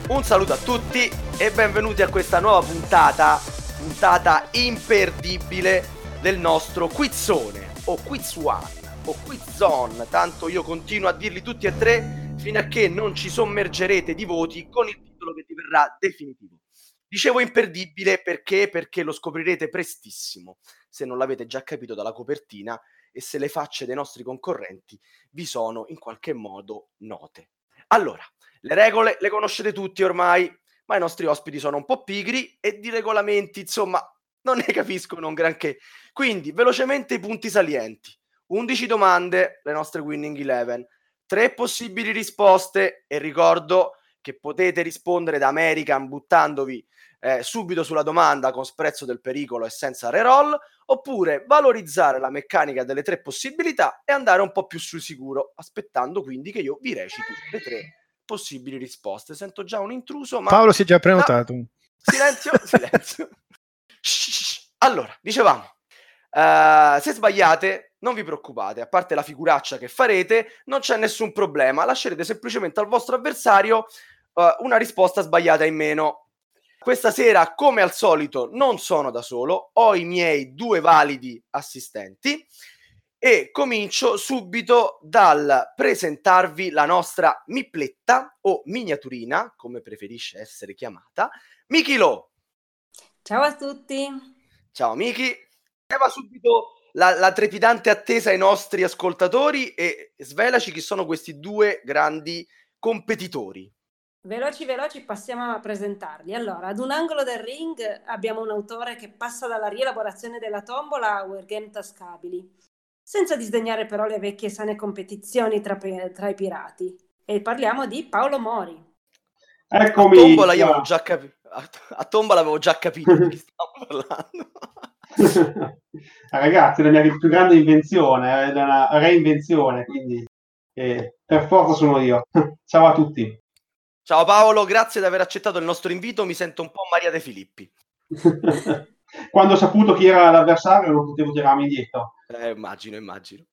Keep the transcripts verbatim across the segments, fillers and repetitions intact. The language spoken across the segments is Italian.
Un saluto a tutti e benvenuti a questa nuova puntata, puntata imperdibile del nostro quizzone, o quiz one, o quizzone, tanto io continuo a dirli tutti e tre fino a che non ci sommergerete di voti con il titolo che diverrà definitivo. Dicevo imperdibile perché? Perché lo scoprirete prestissimo, se non l'avete già capito dalla copertina e se le facce dei nostri concorrenti vi sono in qualche modo note. Allora, le regole le conoscete tutti ormai, ma i nostri ospiti sono un po' pigri e di regolamenti, insomma, non ne capiscono un granché. Quindi, velocemente i punti salienti. undici domande, le nostre Winning eleven, tre possibili risposte e ricordo che potete rispondere da American buttandovi eh, subito sulla domanda con sprezzo del pericolo e senza reroll, oppure valorizzare la meccanica delle tre possibilità e andare un po' più sul sicuro, aspettando quindi che io vi reciti le tre possibili risposte. Sento già un intruso, ma... Paolo si è già prenotato. No. Silenzio, silenzio. Allora, dicevamo, uh, se sbagliate non vi preoccupate, a parte la figuraccia che farete, non c'è nessun problema, lascerete semplicemente al vostro avversario uh, una risposta sbagliata in meno. Questa sera, come al solito, non sono da solo, ho i miei due validi assistenti e comincio subito dal presentarvi la nostra mipletta o miniaturina, come preferisce essere chiamata, Miki Lo. Ciao a tutti. Ciao Miki. Leva subito la, la trepidante attesa ai nostri ascoltatori e svelaci chi sono questi due grandi competitori. Veloci veloci passiamo a presentarli. Allora, ad un angolo del ring abbiamo un autore che passa dalla rielaborazione della tombola a wargame tascabili, senza disdegnare però le vecchie sane competizioni tra, tra i pirati. E parliamo di Paolo Mori. Eccomi. A tombola io avevo già capito. A, a tombola avevo già capito di chi stavamo parlando. Ragazzi, la mia più grande invenzione è una reinvenzione, quindi eh, per forza sono io. Ciao a tutti. Ciao Paolo, grazie di aver accettato il nostro invito, mi sento un po' Maria De Filippi. Quando ho saputo chi era l'avversario non potevo tirarmi indietro. Eh, immagino, immagino.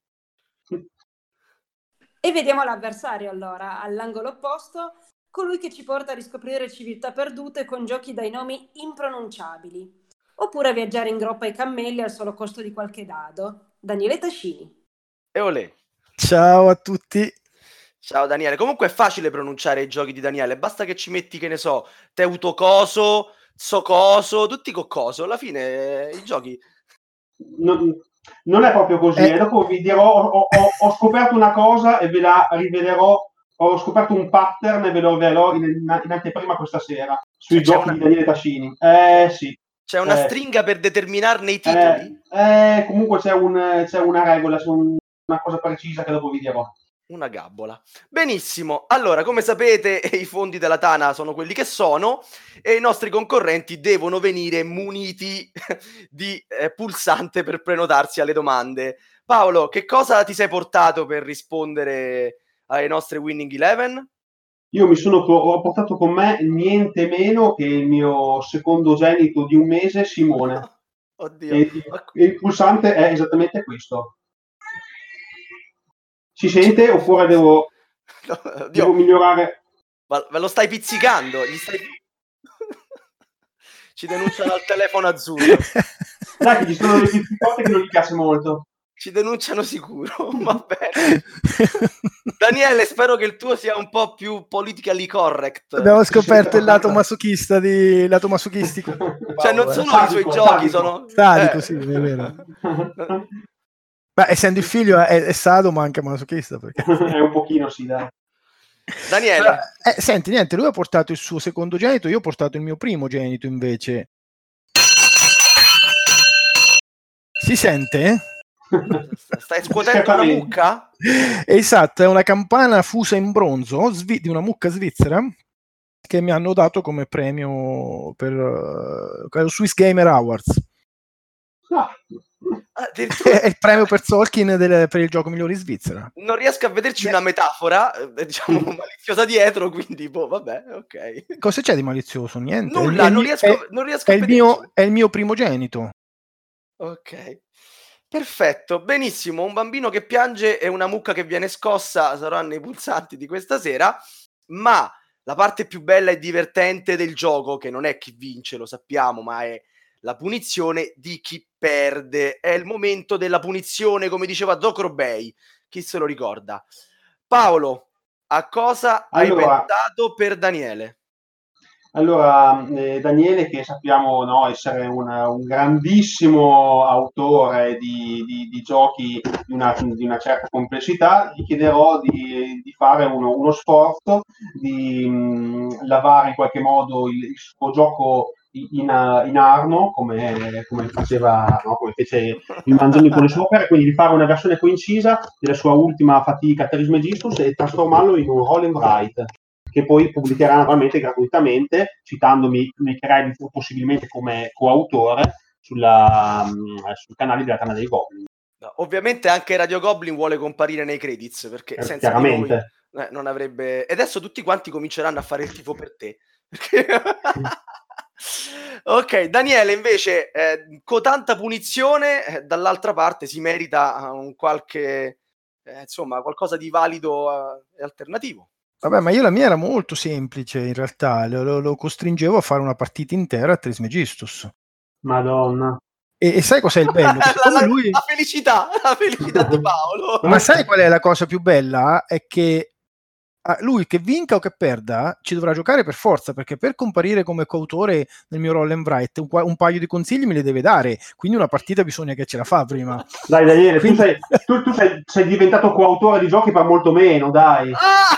E vediamo l'avversario allora, all'angolo opposto, colui che ci porta a riscoprire civiltà perdute con giochi dai nomi impronunciabili, oppure a viaggiare in groppa ai cammelli al solo costo di qualche dado. Daniele Tascini. E olè. Ciao a tutti. Ciao Daniele, comunque è facile pronunciare i giochi di Daniele, basta che ci metti, che ne so, Teutocoso, Socoso, tutti con coso, alla fine eh, i giochi... Non, non è proprio così, eh. e dopo vi dirò, ho, ho, ho scoperto una cosa e ve la rivelerò, ho scoperto un pattern e ve lo rivelerò in, in, in anteprima questa sera, sui C'è giochi una... di Daniele Tascini. Eh sì. C'è una eh, stringa per determinarne i titoli? Eh, eh, comunque c'è, un, c'è una regola, c'è un, una cosa precisa che dopo vi dirò. Una gabbola. Benissimo, allora come sapete i fondi della Tana sono quelli che sono e i nostri concorrenti devono venire muniti di eh, pulsante per prenotarsi alle domande. Paolo, che cosa ti sei portato per rispondere alle nostre Winning eleven? Io mi sono ho portato con me niente meno che il mio secondogenito di un mese, Simone. Oddio. E, e il pulsante è esattamente questo. Si sente oppure devo, no, devo migliorare? Ma ve lo stai pizzicando? Gli stai... Ci denunciano al telefono azzurro. Dai, che ci sono delle pizzicotte che non gli piace molto. Ci denunciano sicuro, va bene. Daniele, spero che il tuo sia un po' più politically correct. Abbiamo scoperto il lato masochista di lato masochistico. Cioè non sono sadico, i suoi sadico. giochi, sono... Sadico, eh. sì, è vero. Beh, essendo il figlio è, è sado ma anche masochista. Perché... è un pochino, sì, dai. Daniele. Eh, senti, niente, lui ha portato il suo secondogenito, io ho portato il mio primogenito invece. Si sente? Stai scuotendo una mucca? Esatto, è una campana fusa in bronzo svi- di una mucca svizzera che mi hanno dato come premio per uh, Swiss Gamer Awards. Ah. È il premio per Tolkien del, per il gioco migliore in Svizzera. Non riesco a vederci una metafora, diciamo, maliziosa dietro, quindi boh, vabbè, ok. Cosa c'è di malizioso? Niente. Nulla, è, non è, riesco, è, non riesco è a il vederci. mio, è il mio primogenito. Ok. Perfetto, benissimo. Un bambino che piange e una mucca che viene scossa saranno i pulsanti di questa sera, ma la parte più bella e divertente del gioco, che non è chi vince, lo sappiamo, ma è la punizione di chi perde. È il momento della punizione, come diceva Doc Robey, chi se lo ricorda. Paolo, a cosa allora, hai pensato per Daniele? Allora, eh, Daniele, che sappiamo, no, essere un, un grandissimo autore di, di, di giochi di una, di una certa complessità, gli chiederò di, di fare uno, uno sforzo, di mh, lavare in qualche modo il, il suo gioco in, in Arno, come, come faceva, no, come fece il Manzoni con le sue opere, quindi di fare una versione coincisa della sua ultima fatica Trismegistus e trasformarlo in un roll and write, che poi pubblicherà naturalmente gratuitamente, citandomi nei credit possibilmente come coautore sulla, mh, sul canale della Tana dei Goblin. Ovviamente anche Radio Goblin vuole comparire nei credits, perché eh, senza di noi chiaramente. eh, non avrebbe... E adesso tutti quanti cominceranno a fare il tifo per te. Perché... Ok, Daniele invece, eh, con tanta punizione, eh, dall'altra parte si merita un qualche, eh, insomma, qualcosa di valido eh, e alternativo. Vabbè, ma io la mia era molto semplice in realtà, lo, lo costringevo a fare una partita intera a Trismegistus. Madonna. E, e sai cos'è il bello? Che la, la, lui... la felicità, la felicità di Paolo. Ma sai qual è la cosa più bella? È che lui, che vinca o che perda, ci dovrà giocare per forza, perché per comparire come coautore nel mio roll and write un, un paio di consigli me li deve dare, quindi una partita bisogna che ce la fa prima. Dai Daniele, quindi... tu, sei, tu, tu sei, sei diventato coautore di giochi per molto meno, dai. Ah!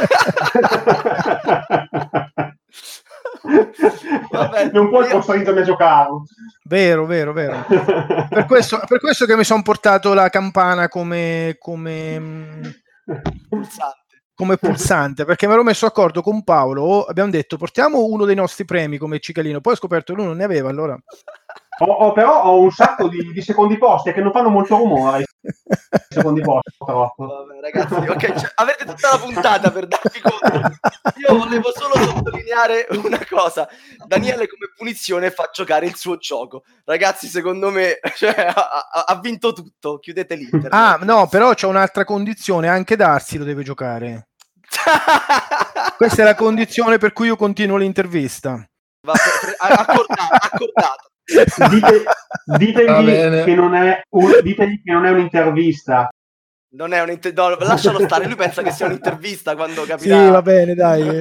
Vabbè, non puoi io... costringermi a giocare. Vero, vero, vero. Per questo, per questo che mi sono portato la campana come... come... pulsante. come pulsante, perché mi ero messo d'accordo con Paolo, abbiamo detto portiamo uno dei nostri premi come Cicalino, poi ho scoperto che lui non ne aveva, allora ho, ho, però ho un sacco di, di secondi posti che non fanno molto rumore. Secondi posti, troppo. Vabbè, ragazzi, ok, cioè, avete tutta la puntata per darvi conto. Io volevo solo sottolineare una cosa: Daniele come punizione fa giocare il suo gioco. Ragazzi, secondo me, cioè, ha, ha vinto tutto. Chiudete l'inter. Ah, no, però c'è un'altra condizione, anche Darsi lo deve giocare. Questa è la condizione per cui io continuo l'intervista. Va per, accordato, accordato. Dite, ditegli, che non è un, ditegli che non è un'intervista. Non è un'intervista, no, lascialo stare, lui pensa che sia un'intervista quando capirà. Sì, va bene, dai.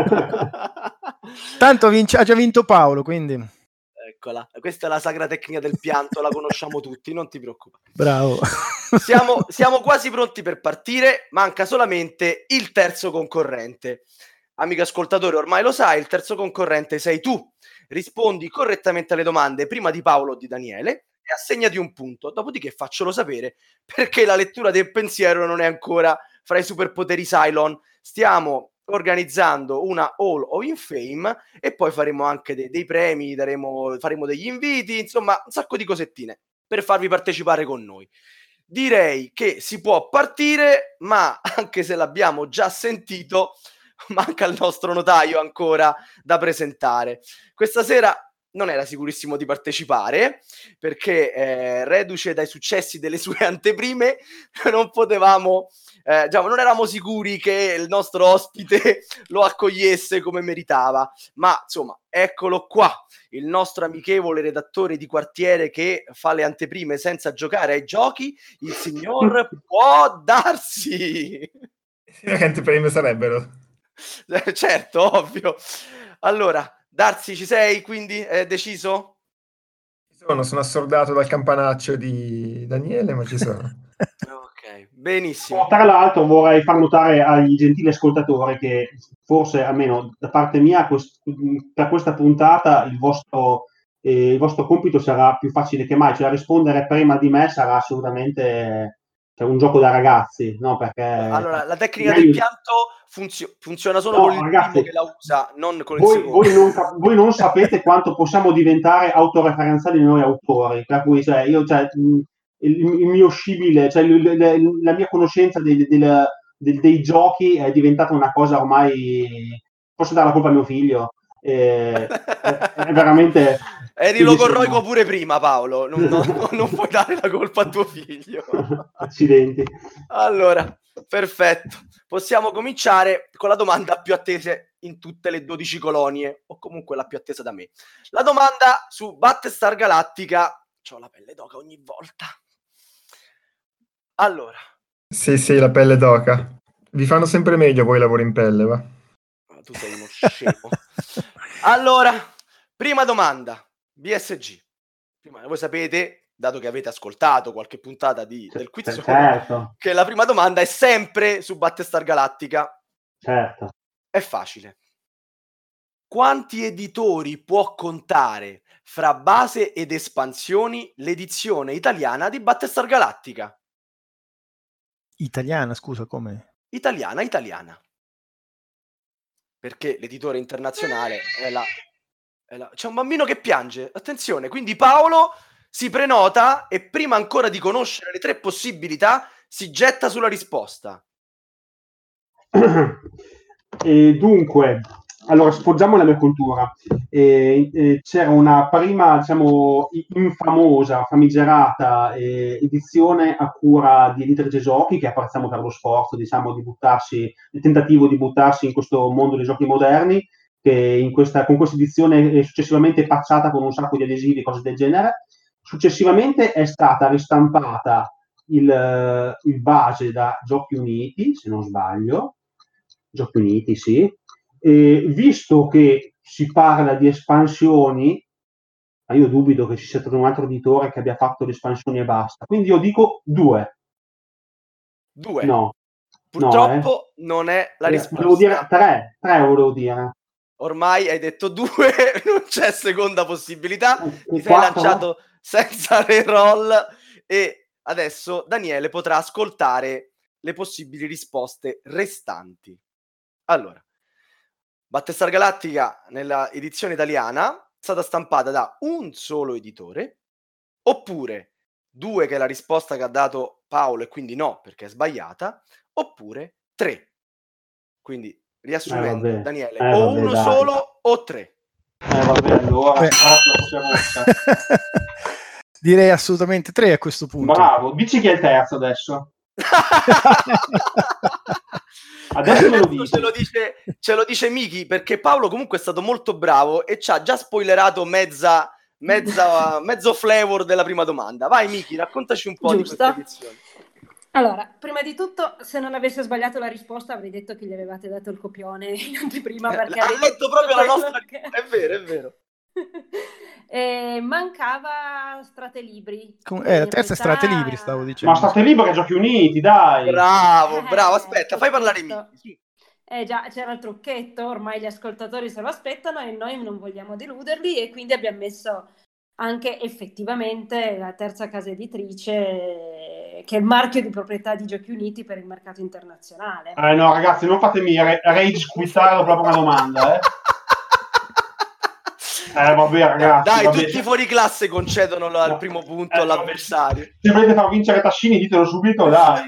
Tanto vince, ha già vinto Paolo, quindi. Eccola, questa è la sacra tecnica del pianto, la conosciamo tutti, non ti preoccupare. Bravo. Siamo, siamo quasi pronti per partire, manca solamente il terzo concorrente. Amico ascoltatore, ormai lo sai, il terzo concorrente sei tu. Rispondi correttamente alle domande prima di Paolo o di Daniele e assegnati un punto, dopodiché faccelo sapere, perché la lettura del pensiero non è ancora fra i superpoteri Cylon. Stiamo organizzando una Hall of Fame e poi faremo anche dei, dei premi, daremo, faremo degli inviti, insomma un sacco di cosettine per farvi partecipare con noi. Direi che si può partire, ma anche se l'abbiamo già sentito, manca il nostro notaio ancora da presentare. Questa sera non era sicurissimo di partecipare perché eh, reduce dai successi delle sue anteprime non potevamo eh, diciamo, non eravamo sicuri che il nostro ospite lo accogliesse come meritava, ma insomma eccolo qua, il nostro amichevole redattore di quartiere che fa le anteprime senza giocare ai giochi, il signor Può Darsi. Che anteprime sarebbero? Certo, ovvio. Allora, Darsi, ci sei? Quindi è deciso? Ci sono, sono assordato dal campanaccio di Daniele, ma ci sono. Ok, benissimo. Tra l'altro vorrei far notare ai gentili ascoltatori che forse, almeno da parte mia, quest- per questa puntata il vostro, eh, il vostro compito sarà più facile che mai, cioè rispondere prima di me sarà assolutamente... Cioè, un gioco da ragazzi, no? Perché allora la tecnica del pianto funzio- funziona solo no, con il ragazzi, primo che la usa, non con il voi, secondo. Voi non, voi non sapete quanto possiamo diventare autoreferenziali noi autori, per cui cioè, io, cioè, il, il mio scibile, cioè, il, il, la mia conoscenza dei, dei, dei, dei giochi è diventata una cosa ormai... Posso dare la colpa a mio figlio? È, è, è veramente... Eri logorroico pure prima, Paolo, non, non, non puoi dare la colpa a tuo figlio. Accidenti. Allora, perfetto, possiamo cominciare con la domanda più attesa, in tutte le dodici colonie, o comunque la più attesa da me. La domanda su Battlestar Galactica, c'ho la pelle d'oca ogni volta. Allora. Sì, sì, la pelle d'oca. Vi fanno sempre meglio voi lavori in pelle, va? Tu sei uno scemo. Allora, prima domanda, B S G. Prima, voi sapete, dato che avete ascoltato qualche puntata di, del quiz, certo. che la prima domanda è sempre su Battlestar Galactica. Certo. È facile. Quanti editori può contare fra base ed espansioni l'edizione italiana di Battlestar Galactica? Italiana, scusa, come? Italiana, italiana. Perché l'editore internazionale è la, è la... C'è un bambino che piange, attenzione, quindi Paolo si prenota e prima ancora di conoscere le tre possibilità si getta sulla risposta. E dunque, allora sfoggiamo la mia cultura. E, e c'era una prima, diciamo, infamosa, famigerata eh, edizione a cura di Editrice Giochi, che apprezziamo per lo sforzo, diciamo, di buttarsi, il tentativo di buttarsi in questo mondo dei giochi moderni, che in questa, con questa edizione è successivamente pacciata con un sacco di adesivi, cose del genere. Successivamente è stata ristampata il, il base da Giochi Uniti, se non sbaglio, Giochi Uniti, sì. E visto che si parla di espansioni, ma io dubito che ci sia stato un altro editore che abbia fatto le espansioni e basta. Quindi io dico due. Due. No. Purtroppo no, eh. non è la risposta. Volevo dire tre. Tre volevo dire. Ormai hai detto due, non c'è seconda possibilità. Eh, Ti sei lanciato senza reroll e adesso Daniele potrà ascoltare le possibili risposte restanti. Allora, Battlestar Galactica nella edizione italiana è stata stampata da un solo editore, oppure due, che è la risposta che ha dato Paolo e quindi no, perché è sbagliata, oppure tre. Quindi, riassumendo, eh, Daniele, eh, o vabbè, uno dai. solo o tre. Eh vabbè, allora direi assolutamente tre a questo punto. Bravo, dici chi è il terzo adesso. Adesso me lo dici. Ce lo dice, ce lo dice Miki, perché Paolo comunque è stato molto bravo e ci ha già spoilerato mezza, mezza, mezzo flavor della prima domanda. Vai Miki, raccontaci un po' Giusto. di questa edizione. Allora, prima di tutto, se non avesse sbagliato la risposta avrei detto che gli avevate dato il copione in anteprima, perché ha letto proprio la nostra che... è vero, è vero. E mancava Stratelibri. Com- eh, la terza realtà... è Stratelibri, stavo dicendo. Ma Stratelibri che Giochi Uniti, dai. Bravo, bravo, Eh, aspetta, fai parlare Miki. Eh già, c'era il trucchetto, ormai gli ascoltatori se lo aspettano e noi non vogliamo deluderli e quindi abbiamo messo anche effettivamente la terza casa editrice, che è il marchio di proprietà di Giochi Uniti per il mercato internazionale. Eh no ragazzi, non fatemi re- rage quittare dopo la prima domanda, eh. Eh vabbè ragazzi, dai, vabbè. tutti fuori classe concedono al no. primo punto eh, all'avversario. Se volete far vincere Tascini ditelo subito, dai.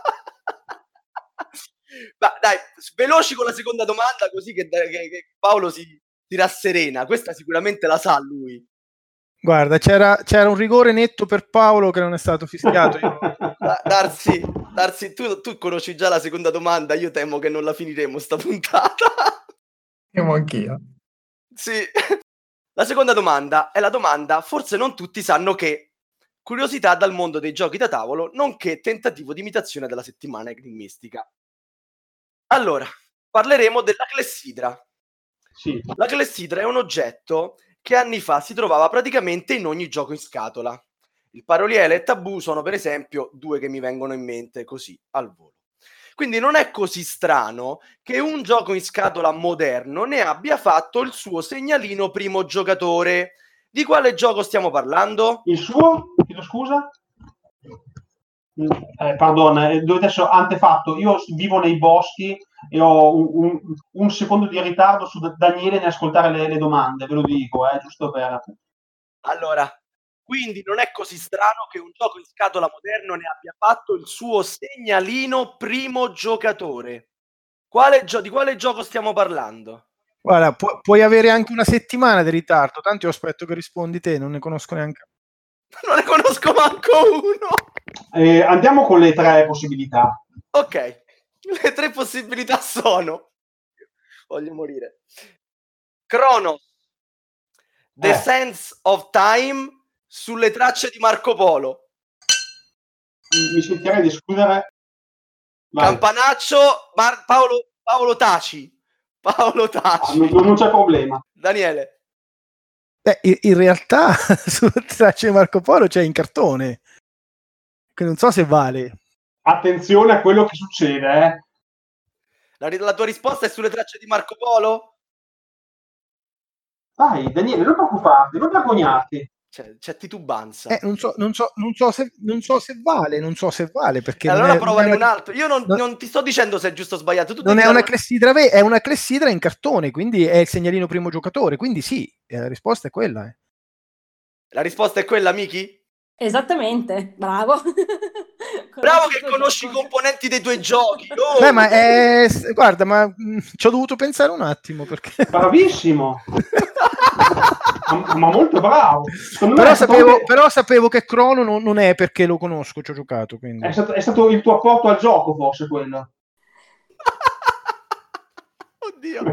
Ma dai, veloci con la seconda domanda così che, che, che Paolo si, si rasserena. Questa sicuramente la sa lui. Guarda, c'era, c'era un rigore netto per Paolo che non è stato fischiato. Io... Darsi, Darsi tu, tu conosci già la seconda domanda, io temo che non la finiremo sta puntata. Temo anch'io. Sì. La seconda domanda è la domanda, forse non tutti sanno che, curiosità dal mondo dei giochi da tavolo, nonché tentativo di imitazione della settimana enigmistica. Allora, parleremo della clessidra. Sì. La clessidra è un oggetto che anni fa si trovava praticamente in ogni gioco in scatola. Il paroliere e tabù sono per esempio due che mi vengono in mente così al volo. Quindi non è così strano che un gioco in scatola moderno ne abbia fatto il suo segnalino primo giocatore. Di quale gioco stiamo parlando? Il suo? Chiedo scusa? Eh, pardon, dovete adesso antefatto, io vivo nei boschi e ho un, un, un secondo di ritardo su Daniele nell'ascoltare le, le domande, ve lo dico, eh, giusto per... Allora, quindi non è così strano che un gioco in scatola moderno ne abbia fatto il suo segnalino primo giocatore. Quale gio- di quale gioco stiamo parlando? Guarda, pu- puoi avere anche una settimana di ritardo, tanto io aspetto che rispondi te, non ne conosco neanche. Non ne conosco manco uno. Eh, andiamo con le tre possibilità. Ok, le tre possibilità sono Voglio morire. Cronos, The Eh. Sands of Time, sulle tracce di Marco Polo. Mi sentirei di escludere. Vai. Campanaccio, Mar- Paolo, Paolo Taci. Paolo Ah, Taci. non, non c'è problema. Daniele. Beh, in, in realtà sulle tracce di Marco Polo c'è in cartone, che non so se vale. Attenzione a quello che succede, eh. La, la tua risposta è sulle tracce di Marco Polo? Dai, Daniele, non preoccuparti, non vergognarti. C'è, c'è titubanza. Eh, non, so, non, so, non, so se, non so se vale, non so se vale, perché E non allora è, provane non è un una, altro. Io non, non, non ti sto dicendo se è giusto o sbagliato. Tu non devi è dare una clessidra, ve- è una clessidra in cartone, quindi è il segnalino primo giocatore, quindi sì, eh, la risposta è quella. Eh. La risposta è quella, Miki? Esattamente, bravo. Bravo Conosci che il tuo conosci gioco. i componenti dei tuoi giochi. Oh! Beh, ma è, guarda, ma mh, ci ho dovuto pensare un attimo perché... Bravissimo. ma, ma molto bravo. Secondo me però, è stato, sapevo, anche, però sapevo che Crono non, non è perché lo conosco, ci ho giocato. Quindi. è, stato, è stato il tuo apporto al gioco, forse quello. Oddio.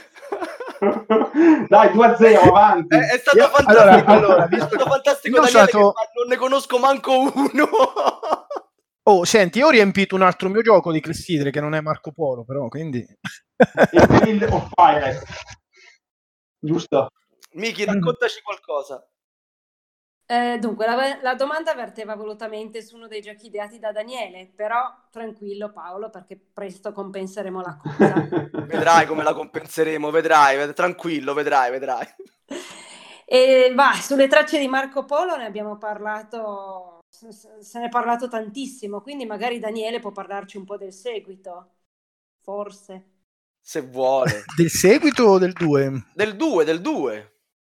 Dai, due a zero, avanti. È, è stato Io- fantastico. allora, allora, è visto stato che- fantastico, io ho Daniele, usato- che non ne conosco manco uno. Oh, senti, io ho riempito un altro mio gioco di clessidre che non è Marco Polo, però, quindi... Il Tale of Pirate. Giusto. Miki, raccontaci qualcosa. Eh, dunque, la, la domanda verteva volutamente su uno dei giochi ideati da Daniele, però tranquillo Paolo, perché presto compenseremo la cosa. Vedrai come la compenseremo, vedrai, ved- tranquillo, vedrai, vedrai. E va, sulle tracce di Marco Polo ne abbiamo parlato, se se ne è parlato tantissimo, quindi magari Daniele può parlarci un po' del seguito, forse. Se vuole. Del seguito o del due? Del due, del due.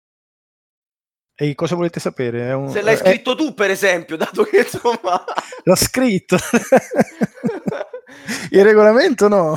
E cosa volete sapere? È un... Se l'hai è- scritto tu, per esempio, dato che insomma... L'ho scritto. Il regolamento no.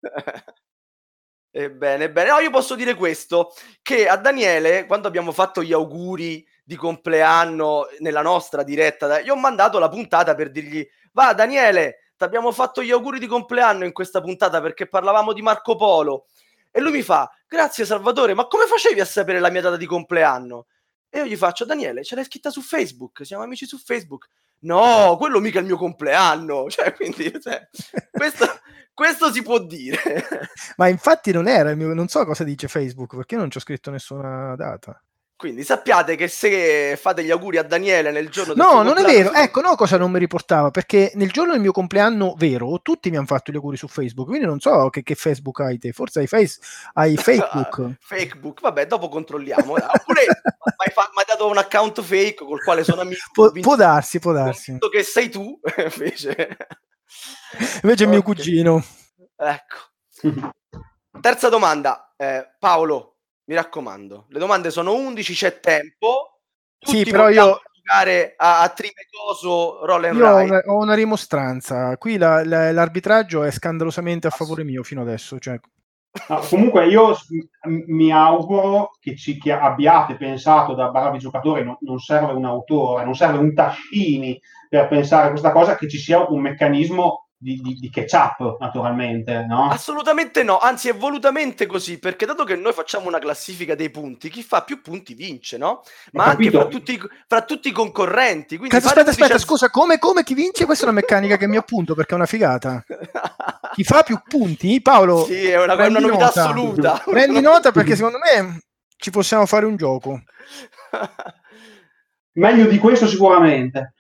Ebbene, ebbene, no, io posso dire questo, che a Daniele, quando abbiamo fatto gli auguri di compleanno nella nostra diretta, io ho mandato la puntata per dirgli, va Daniele, ti abbiamo fatto gli auguri di compleanno in questa puntata perché parlavamo di Marco Polo. E lui mi fa, grazie Salvatore, ma come facevi a sapere la mia data di compleanno? E io gli faccio, Daniele, ce l'hai scritta su Facebook, siamo amici su Facebook. No, quello mica è il mio compleanno. Cioè, quindi, cioè, questo, questo si può dire. Ma infatti non era il mio... Non so cosa dice Facebook, perché io non ci ho scritto nessuna data. Quindi sappiate che se fate gli auguri a Daniele nel giorno del No, suo non è compleanno... vero. Ecco, no, cosa non mi riportava, perché nel giorno del mio compleanno vero, tutti mi hanno fatto gli auguri su Facebook, quindi non so che, che Facebook hai te, forse hai, face, hai Facebook. Facebook, vabbè, dopo controlliamo. Oppure mi hai, fa- mi hai dato un account fake col quale sono amico. Pu- convinto- può darsi, può darsi. convinto che sei tu, invece... Invece è mio Ok. cugino. Ecco. Terza domanda, eh, Paolo, mi raccomando, le domande sono undici, c'è tempo. Tutti Sì, però vogliamo io- giocare a, a Trimecoso Roll and Io ho Ride. una, ho una rimostranza. Qui la- la- l'arbitraggio è scandalosamente a favore mio fino adesso. Cioè... No, comunque io s- m- mi auguro che, ci, che abbiate pensato da bravi giocatori, non, non serve un autore, non serve un Tascini per pensare a questa cosa, che ci sia un meccanismo di, di, di catch-up, naturalmente, no? Assolutamente no, anzi è volutamente così, perché dato che noi facciamo una classifica dei punti, chi fa più punti vince, no? Ma Ho anche capito. fra tutti, fra tutti i concorrenti. Quindi Cazzo, fate aspetta, aspetta, undici a- scusa, come, come chi vince? Questa è una meccanica che mi appunto perché è una figata. Chi fa più punti? Paolo, Sì, è una, è prendi una novità nota. assoluta. Prendi nota perché secondo me ci possiamo fare un gioco. Meglio di questo sicuramente.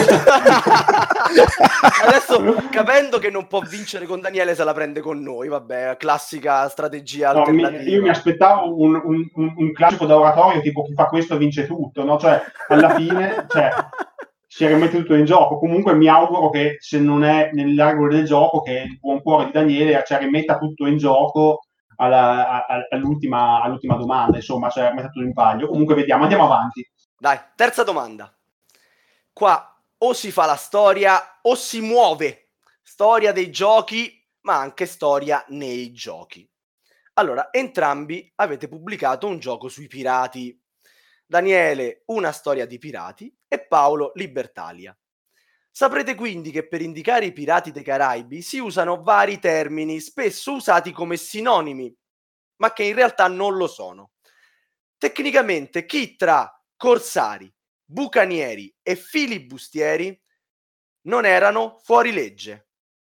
Adesso, capendo che non può vincere con Daniele, se la prende con noi, vabbè, classica strategia No, mi- alternativa. io mi aspettavo un, un- un- un classico da oratorio, tipo chi fa questo vince tutto, no? Cioè, alla fine, cioè, si rimette tutto in gioco. Comunque mi auguro che, se non è nelle regole del gioco, che il buon cuore di Daniele, cioè, rimetta tutto in gioco alla- a- all'ultima, all'ultima domanda, insomma, cioè, metta tutto in palio. Comunque vediamo, andiamo avanti. Dai, terza domanda. Qua o si fa la storia o si muove. Storia dei giochi, ma anche storia nei giochi. Allora, entrambi avete pubblicato un gioco sui pirati. Daniele, una storia di pirati, e Paolo, Libertalia. Saprete quindi che per indicare i pirati dei Caraibi si usano vari termini, spesso usati come sinonimi. ma che in realtà non lo sono. Tecnicamente, chi tra corsari, bucanieri e filibustieri non erano fuori legge?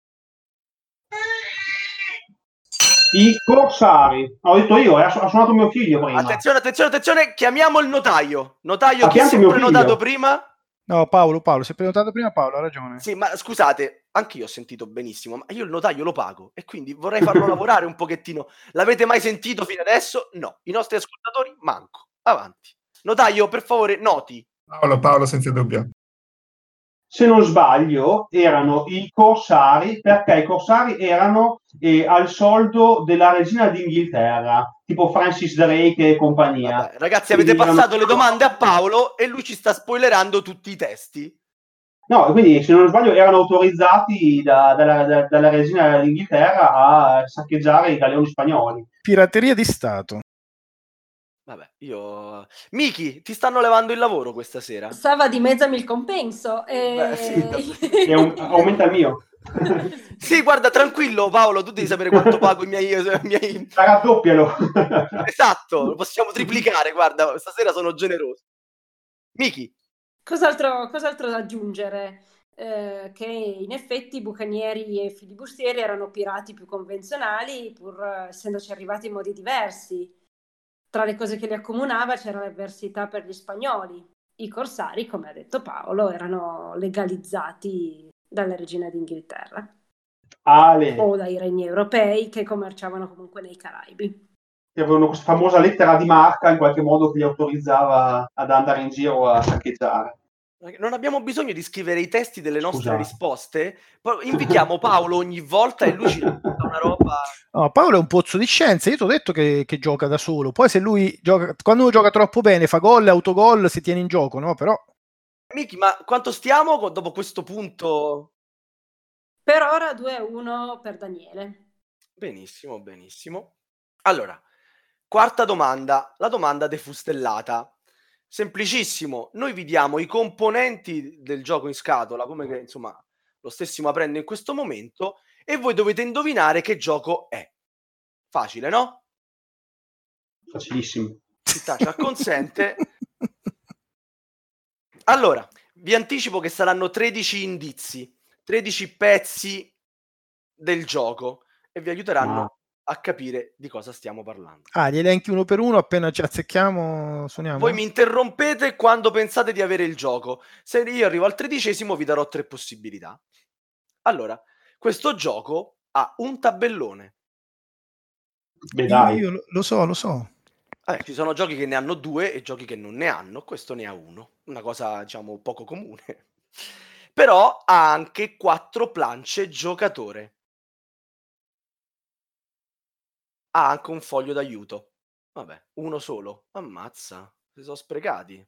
I corsari. Ho detto io, eh, ha su- ha suonato mio figlio prima. Attenzione, attenzione, attenzione, chiamiamo il notaio. Notaio, Ha chi si pianto è mio prenotato figlio. prima? No, Paolo, Paolo, si è prenotato prima Paolo, ha ragione. Sì, ma scusate, anch'io ho sentito benissimo, ma io il notaio lo pago e quindi vorrei farlo lavorare un pochettino. L'avete mai sentito fino adesso? No. I nostri ascoltatori manco. Avanti. Notaio, per favore, noti. Paolo, Paolo, senza dubbio. Se non sbaglio, erano i corsari, perché i corsari erano eh, al soldo della regina d'Inghilterra, tipo Francis Drake e compagnia. Vabbè, ragazzi, Quindi avete passato erano- le domande a Paolo e lui ci sta spoilerando tutti i testi. No, quindi se non sbaglio erano autorizzati da- dalla, da- dalla regina d'Inghilterra a saccheggiare i galeoni spagnoli. Pirateria di Stato. Vabbè, io... Miki, ti stanno levando il lavoro questa sera? Sava dimezzami il compenso. E... Beh, sì, da- E un- aumenta il mio. Sì, guarda, tranquillo Paolo, tu devi sapere quanto pago i miei... i miei... Raddoppialo. Esatto, lo possiamo triplicare, guarda, stasera sono generoso. Miki, Cos'altro, cos'altro da aggiungere? Eh, che in effetti bucanieri e filibustieri erano pirati più convenzionali, pur eh, essendoci arrivati in modi diversi. Tra le cose che li accomunava c'era l'avversità per gli spagnoli. I corsari, come ha detto Paolo, erano legalizzati dalla regina d'Inghilterra Ale, o dai regni europei che commerciavano comunque nei Caraibi. che avevano questa famosa lettera di marca in qualche modo che li autorizzava ad andare in giro a saccheggiare. non abbiamo bisogno di scrivere i testi delle nostre Scusate. risposte? Poi invitiamo Paolo ogni volta e lui ci racconta una roba... No, Paolo è un pozzo di scienza, io ti ho detto che, che gioca da solo, poi se lui gioca, quando uno gioca troppo bene, fa gol, autogol, si tiene in gioco, no? Però Miki, ma quanto stiamo co- dopo questo punto? Per ora due a uno per Daniele. Benissimo, benissimo. Allora, quarta domanda, la domanda defustellata. Semplicissimo, noi vi diamo i componenti del gioco in scatola, come che insomma lo stessimo aprendo in questo momento, e voi dovete indovinare che gioco è. Facile, no? Facilissimo. Città ci acconsente. Allora, vi anticipo che saranno tredici indizi, tredici pezzi del gioco e vi aiuteranno Ah. a capire di cosa stiamo parlando. ah, li elenchi uno per uno, appena ci azzecchiamo suoniamo. Voi mi interrompete quando pensate di avere il gioco. Se io arrivo al tredicesimo vi darò tre possibilità. Allora, questo gioco ha un tabellone. Beh, Io, dai. io lo, lo so, lo so. Eh, ci sono giochi che ne hanno due e giochi che non ne hanno, questo ne ha uno, una cosa diciamo poco comune. Però ha anche quattro planche giocatore. Ha anche un foglio d'aiuto. Vabbè, uno solo. Ammazza, si sono sprecati.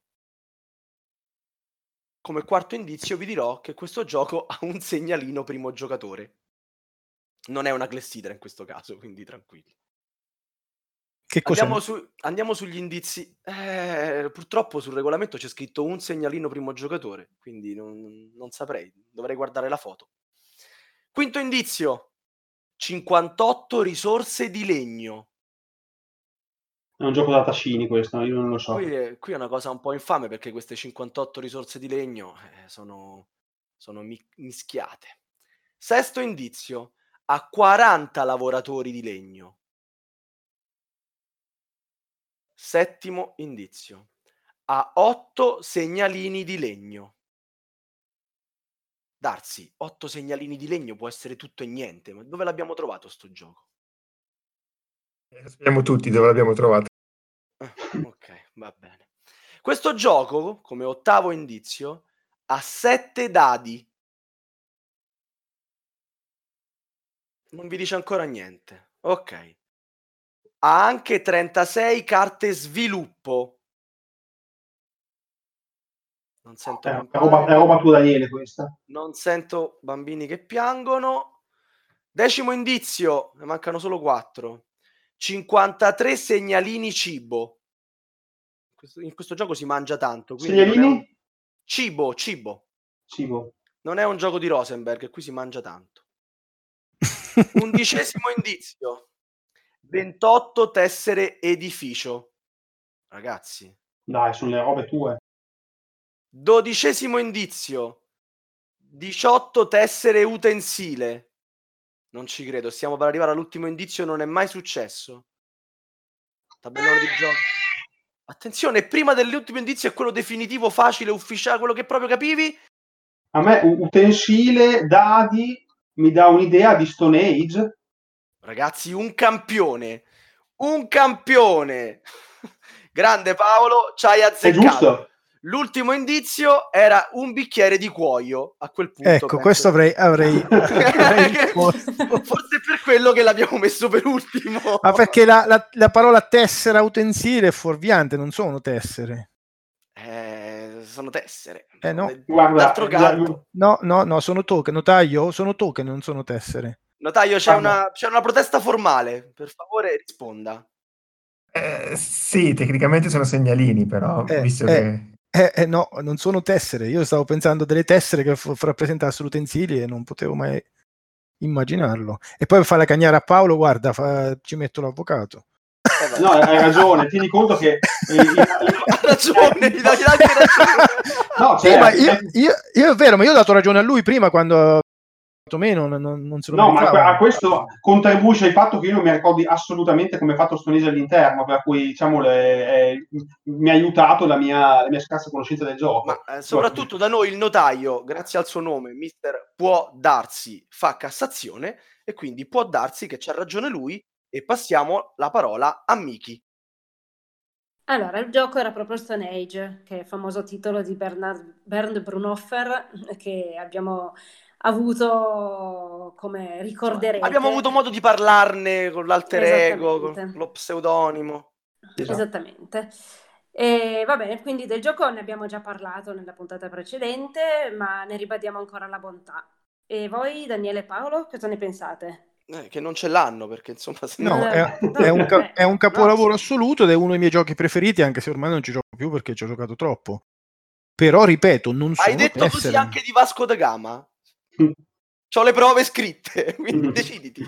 Come quarto indizio vi dirò che questo gioco ha un segnalino primo giocatore. Non è una clessidra in questo caso, quindi tranquilli. Che cos'è? Andiamo, su, andiamo sugli indizi. Eh, purtroppo sul regolamento c'è scritto un segnalino primo giocatore, quindi non, non saprei, dovrei guardare la foto. Quinto indizio, cinquantotto risorse di legno. È un gioco da tascini questo, io non lo so. Qui è, qui è una cosa un po' infame perché queste cinquantotto risorse di legno eh, sono, sono mi- mischiate. Sesto indizio, ha quaranta lavoratori di legno. Settimo indizio, ha otto segnalini di legno. Darsi, otto segnalini di legno può essere tutto e niente, ma dove l'abbiamo trovato sto gioco? Eh, Sappiamo tutti dove l'abbiamo trovato. Ah, ok, va bene. Questo gioco, come ottavo indizio, ha sette dadi. Non vi dice ancora niente. Ok. Ha anche trentasei carte sviluppo. Non sento È, è campane. roba, è roba tua, Daniele, questa. Non sento bambini che piangono. Decimo indizio, ne mancano solo quattro. cinquantatré segnalini cibo. Questo- in questo gioco si mangia tanto. quindi non è un- Segnalini? Cibo, cibo. Cibo. Non è un gioco di Rosenberg, qui si mangia tanto. Undicesimo indizio. ventotto tessere edificio. Ragazzi. Dai, sono le robe tue. Dodicesimo indizio. diciotto tessere utensile. Non ci credo, stiamo per arrivare all'ultimo indizio, non è mai successo. Tabellone di gioco. Attenzione, prima dell'ultimo indizio è quello definitivo, facile, ufficiale, quello che proprio capivi. A me utensile, dadi, mi dà un'idea di Stone Age. Ragazzi, un campione. Un campione. Grande Paolo, ci hai azzeccato. È giusto. L'ultimo indizio era un bicchiere di cuoio. A quel punto, ecco, penso... questo avrei, avrei, avrei forse è per quello che l'abbiamo messo per ultimo. Ma perché la, la, la parola tessera utensile è fuorviante, non sono tessere. Eh, sono tessere. Eh no. Guarda, d'altro canto. No, no, no, sono token, notaio, sono token, non sono tessere. Notaio, c'è una, c'è una protesta formale, per favore risponda. Eh, sì, tecnicamente sono segnalini, però, Eh, visto eh. che... Eh, eh, no, non sono tessere. Io stavo pensando delle tessere che f- rappresentassero utensili e non potevo mai immaginarlo. E poi fa la cagnara a Paolo, guarda, fa, ci metto l'avvocato. Eh, no, hai ragione, tieni conto che... Eh, ha ragione, gli dai anche ragione. No, sì, cioè, ma io, io, io è vero, ma io ho dato ragione a lui prima quando... meno non, non se lo no, meritava. ma a questo contribuisce il fatto che io non mi ricordi assolutamente come è fatto Stone Age all'interno, per cui diciamo le, eh, mi ha aiutato la mia, la mia scarsa conoscenza del gioco. Ma eh, soprattutto da noi il notaio, grazie al suo nome, mister può darsi, fa Cassazione, e quindi può darsi che c'ha ragione lui, e passiamo la parola a Miki. Allora, il gioco era proprio Stone Age, che è il famoso titolo di Bernard, Bernd Brunhofer, che abbiamo avuto, come ricorderete... Abbiamo avuto modo di parlarne con l'alter ego, con lo pseudonimo. Esatto. Esattamente. E va bene, quindi del gioco ne abbiamo già parlato nella puntata precedente, ma ne ribadiamo ancora la bontà. E voi, Daniele e Paolo, cosa ne pensate? Eh, che non ce l'hanno, perché insomma... Se no, non... è, è, un ca- è un capolavoro no, assoluto ed è uno dei miei giochi preferiti, anche se ormai non ci gioco più perché ci ho giocato troppo. Però, ripeto, non sono Hai detto tessere. Così anche di Vasco da Gama? C'ho le prove scritte, quindi deciditi.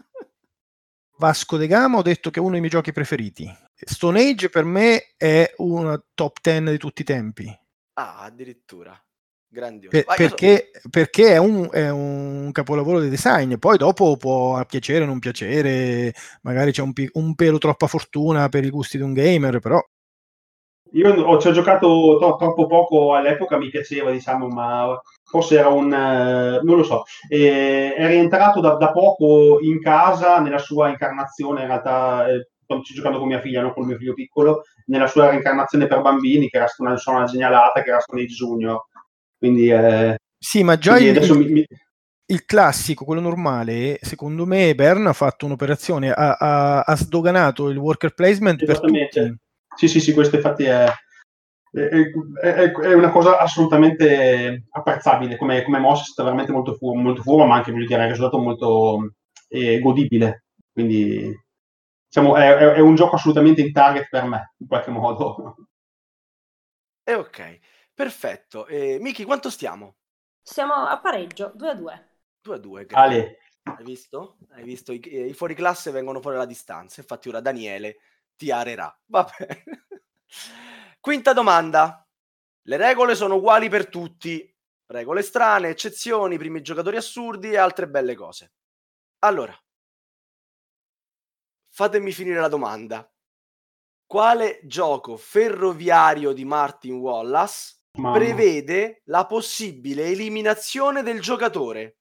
Vasco da Gama ho detto che è uno dei miei giochi preferiti. Stone Age per me è una top dieci di tutti i tempi. Ah, addirittura. Grandioso. Per, Vai, perché, so... perché è un, è un capolavoro di design. Poi dopo può piacere o non piacere, magari c'è un, un pelo troppa fortuna per i gusti di un gamer, però io ho, ci ho giocato to- troppo poco all'epoca, mi piaceva, diciamo, ma forse era un... Eh, non lo so. Eh, è rientrato da, da poco in casa nella sua incarnazione, in realtà, eh, quando ci giocando con mia figlia, non con il mio figlio piccolo, nella sua reincarnazione per bambini, che era una, una genialata, che era Stone Age Junior. Quindi... Eh, sì, ma già il, adesso il, mi, mi... il classico, quello normale, secondo me Bern ha fatto un'operazione, ha, ha, ha sdoganato il worker placement per tutti. Sì, sì, sì, questo infatti è, è, è, è una cosa assolutamente apprezzabile, come, come mossa è stata veramente molto furba, molto furba, ma anche voglio dire, è un risultato molto eh, godibile, quindi diciamo, è, è un gioco assolutamente in target per me, in qualche modo. E eh, ok, perfetto. Eh, Miki, quanto stiamo? Siamo a pareggio, due a due. due a due, Ale. Hai visto? Hai visto? I, I fuoriclasse vengono fuori alla distanza, infatti ora Daniele ti arerà. Va bene. Quinta domanda. Le regole sono uguali per tutti. Regole strane, eccezioni, primi giocatori assurdi e altre belle cose. Allora, fatemi finire la domanda. Quale gioco ferroviario di Martin Wallace Mamma. prevede la possibile eliminazione del giocatore?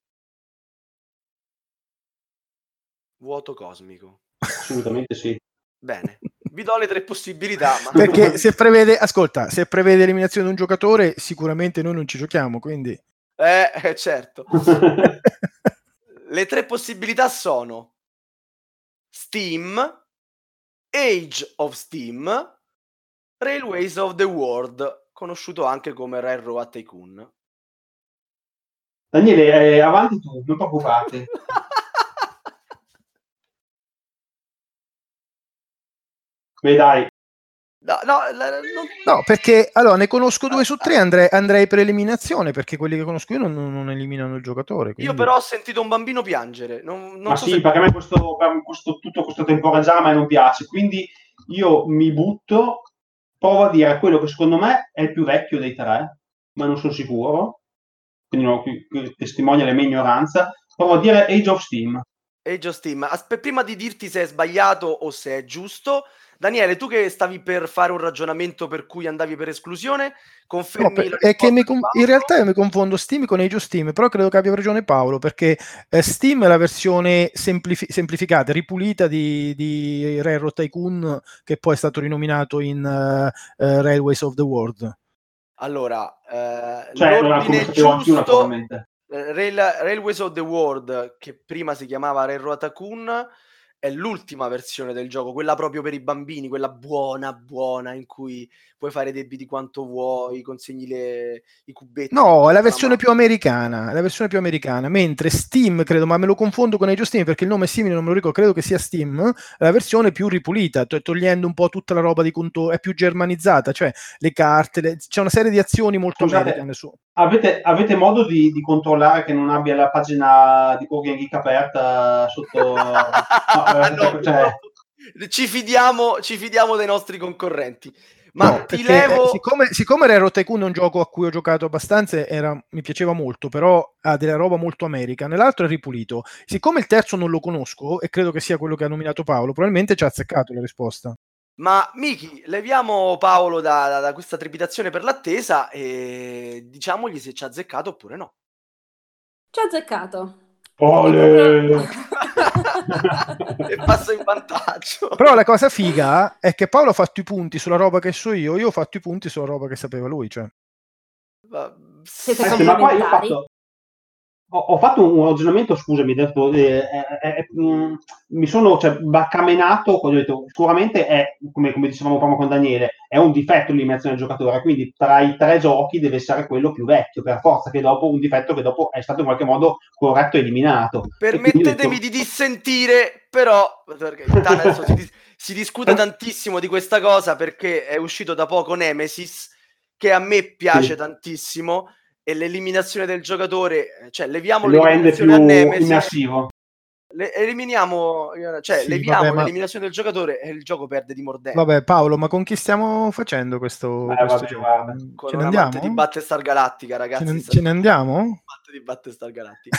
Vuoto cosmico. Assolutamente sì. Bene, vi do le tre possibilità. Ma... Perché se prevede, ascolta, se prevede l'eliminazione di un giocatore, sicuramente noi non ci giochiamo, quindi... Eh, eh certo. Le tre possibilità sono Steam, Age of Steam, Railways of the World, conosciuto anche come Railroad Tycoon. Daniele, eh, avanti tu, non preoccuparti. Beh, dai, No, no, la- non- No, perché allora ne conosco due su tre, andrei, andrei per eliminazione, perché quelli che conosco io non, non- non eliminano il giocatore. Io quindi- però ho sentito un bambino piangere. Non, non Ma so sì, se... perché a me questo, per questo, tutto questo temporeggiare a me non piace, quindi io mi butto, provo a dire quello che secondo me è il più vecchio dei tre, ma non sono sicuro, quindi no, qui- qui testimonia la mia ignoranza, provo a dire Age of Steam. Age of Steam. Aspe- prima di dirti se è sbagliato o se è giusto, Daniele, tu che stavi per fare un ragionamento per cui andavi per esclusione, No, confermi per- la è che risposta mi di con- Paolo? in realtà io mi confondo Steam con Age of Steam, però credo che abbia ragione Paolo, perché eh, Steam è la versione semplifi- semplificata, ripulita di, di Railroad Tycoon, che poi è stato rinominato in eh, eh, Railways of the World. Allora, eh, Cioè, allora, come l'ordine sapevo anch'io, giusto, naturalmente. eh, Rail- Railways of the World, che prima si chiamava Railroad Tycoon, è l'ultima versione del gioco, quella proprio per i bambini, quella buona, buona, in cui puoi fare debiti quanto vuoi, consegni le, i cubetti. No, è la tutta versione mano. più americana, è la versione più americana, mentre Steam, credo, ma me lo confondo con Age of Steam perché il nome è simile, non me lo ricordo, credo che sia Steam, è la versione più ripulita, to- togliendo un po' tutta la roba di conto, è più germanizzata, cioè le carte, le- c'è una serie di azioni molto Scusate, americane su. avete, avete modo di, di controllare che non abbia la pagina di Board Game Geek aperta sotto... no, eh, No, cioè, purtroppo ci fidiamo, ci fidiamo dei nostri concorrenti. Ma No, ti perché eh, levo... siccome, siccome Railroad Tycoon è un gioco a cui ho giocato abbastanza, era, mi piaceva molto, però ha della roba molto america, nell'altro è ripulito. Siccome il terzo non lo conosco, e credo che sia quello che ha nominato Paolo, probabilmente ci ha azzeccato la risposta. Ma Miki, leviamo Paolo da, da- da questa trepidazione per l'attesa e diciamogli se ci ha azzeccato oppure no. Ci ha azzeccato. Ole! E passo in vantaggio. Però la cosa figa è che Paolo ha fatto i punti sulla roba che so io, io ho fatto i punti sulla roba che sapeva lui. Cioè. Ma- Siete Eh sì, ma poi io ho complementari. fatto, ho, ho fatto un ragionamento, scusami, detto, eh, eh, eh, mh, mi sono cioè, baccamenato, ho detto, sicuramente è, come, come dicevamo prima con Daniele, è un difetto l'eliminazione del giocatore, quindi tra i tre giochi deve essere quello più vecchio, per forza, che dopo un difetto che dopo è stato in qualche modo corretto e eliminato. E quindi ho Permettetemi detto, di dissentire, però, perché in realtà adesso si, dis- si discute tantissimo di questa cosa perché è uscito da poco Nemesis, che a me piace sì, tantissimo, e l'eliminazione del giocatore, cioè leviamo lo rende l'eliminazione a più Nemesis, immersivo. le- eliminiamo, cioè Sì, leviamo vabbè, ma, l'eliminazione del giocatore e il gioco perde di mordente. vabbè, Paolo, ma con chi stiamo facendo questo, Eh, questo vabbè, gioco? guarda. Con Ce ne un amante di andiamo? Battlestar Galactica, Ce ragazzi. ne, sta- ce ne andiamo? amante di Battlestar Galactica.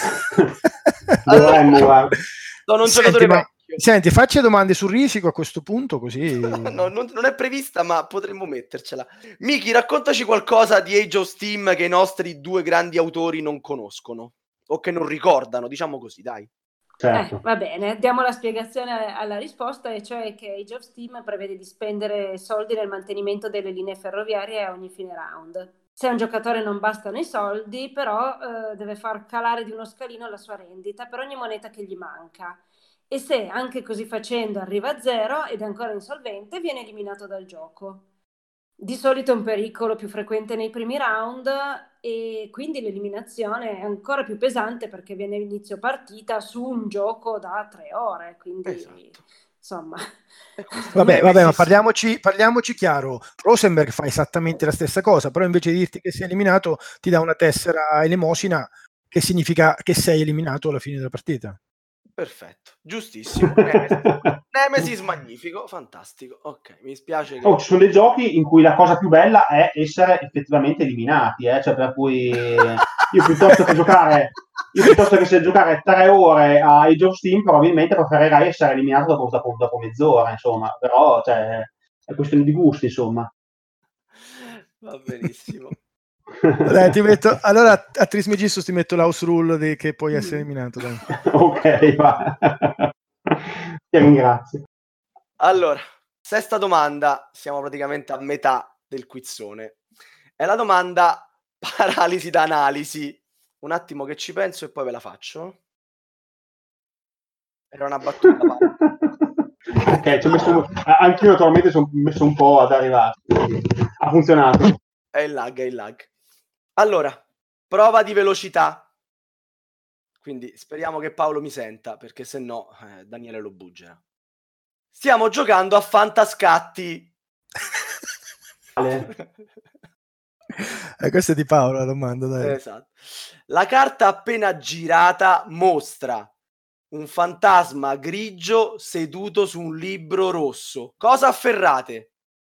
Dovremmo, guarda. Sono un Senti, giocatore ma- vecchio. senti, facci domande sul risico a questo punto, così... No, non, non è prevista, ma potremmo mettercela. Miki, raccontaci qualcosa di Age of Steam che i nostri due grandi autori non conoscono o che non ricordano, diciamo così, dai. Certo. Eh, va bene, diamo la spiegazione alla risposta, e cioè che Age of Steam prevede di spendere soldi nel mantenimento delle linee ferroviarie a ogni fine round. Se a un giocatore non bastano i soldi, però eh, deve far calare di uno scalino la sua rendita per ogni moneta che gli manca. E se anche così facendo arriva a zero ed è ancora insolvente, viene eliminato dal gioco. Di solito è un pericolo più frequente nei primi round e quindi l'eliminazione è ancora più pesante perché viene inizio partita su un gioco da tre ore, quindi Esatto. insomma... E questo Vabbè, è vabbè, ma Nemesis. parliamoci, parliamoci chiaro. Rosenberg fa esattamente la stessa cosa, però invece di dirti che sei eliminato, ti dà una tessera elemosina che significa che sei eliminato alla fine della partita. Perfetto, giustissimo. Nemesis. Nemesis magnifico, fantastico. Ok, mi spiace che... Oh, ci sono dei giochi in cui la cosa più bella è essere effettivamente eliminati, eh? Cioè per cui io piuttosto che giocare io piuttosto che se giocare tre ore a Age of Steam probabilmente preferirei essere eliminato dopo, dopo, dopo mezz'ora, insomma, però cioè, è questione di gusti, insomma. Va benissimo. Dai, ti metto, allora a Trismegisto ti metto l'house rule di che puoi essere eliminato. Dai. Ok, va. Ti ringrazio. Allora, sesta domanda, siamo praticamente a metà del quizzone. È la domanda paralisi da analisi. Un attimo che ci penso e poi ve la faccio. Era una battuta. Ok, ci ho messo, anch'io naturalmente sono messo un po' ad arrivare. Ha funzionato. È il lag, è il lag. Allora, prova di velocità. Quindi speriamo che Paolo mi senta, perché se no eh, Daniele lo buggera. Stiamo giocando a Fantascatti. Eh, questa è di Paolo la domanda, dai. Esatto. La carta appena girata mostra un fantasma grigio seduto su un libro rosso. Cosa afferrate?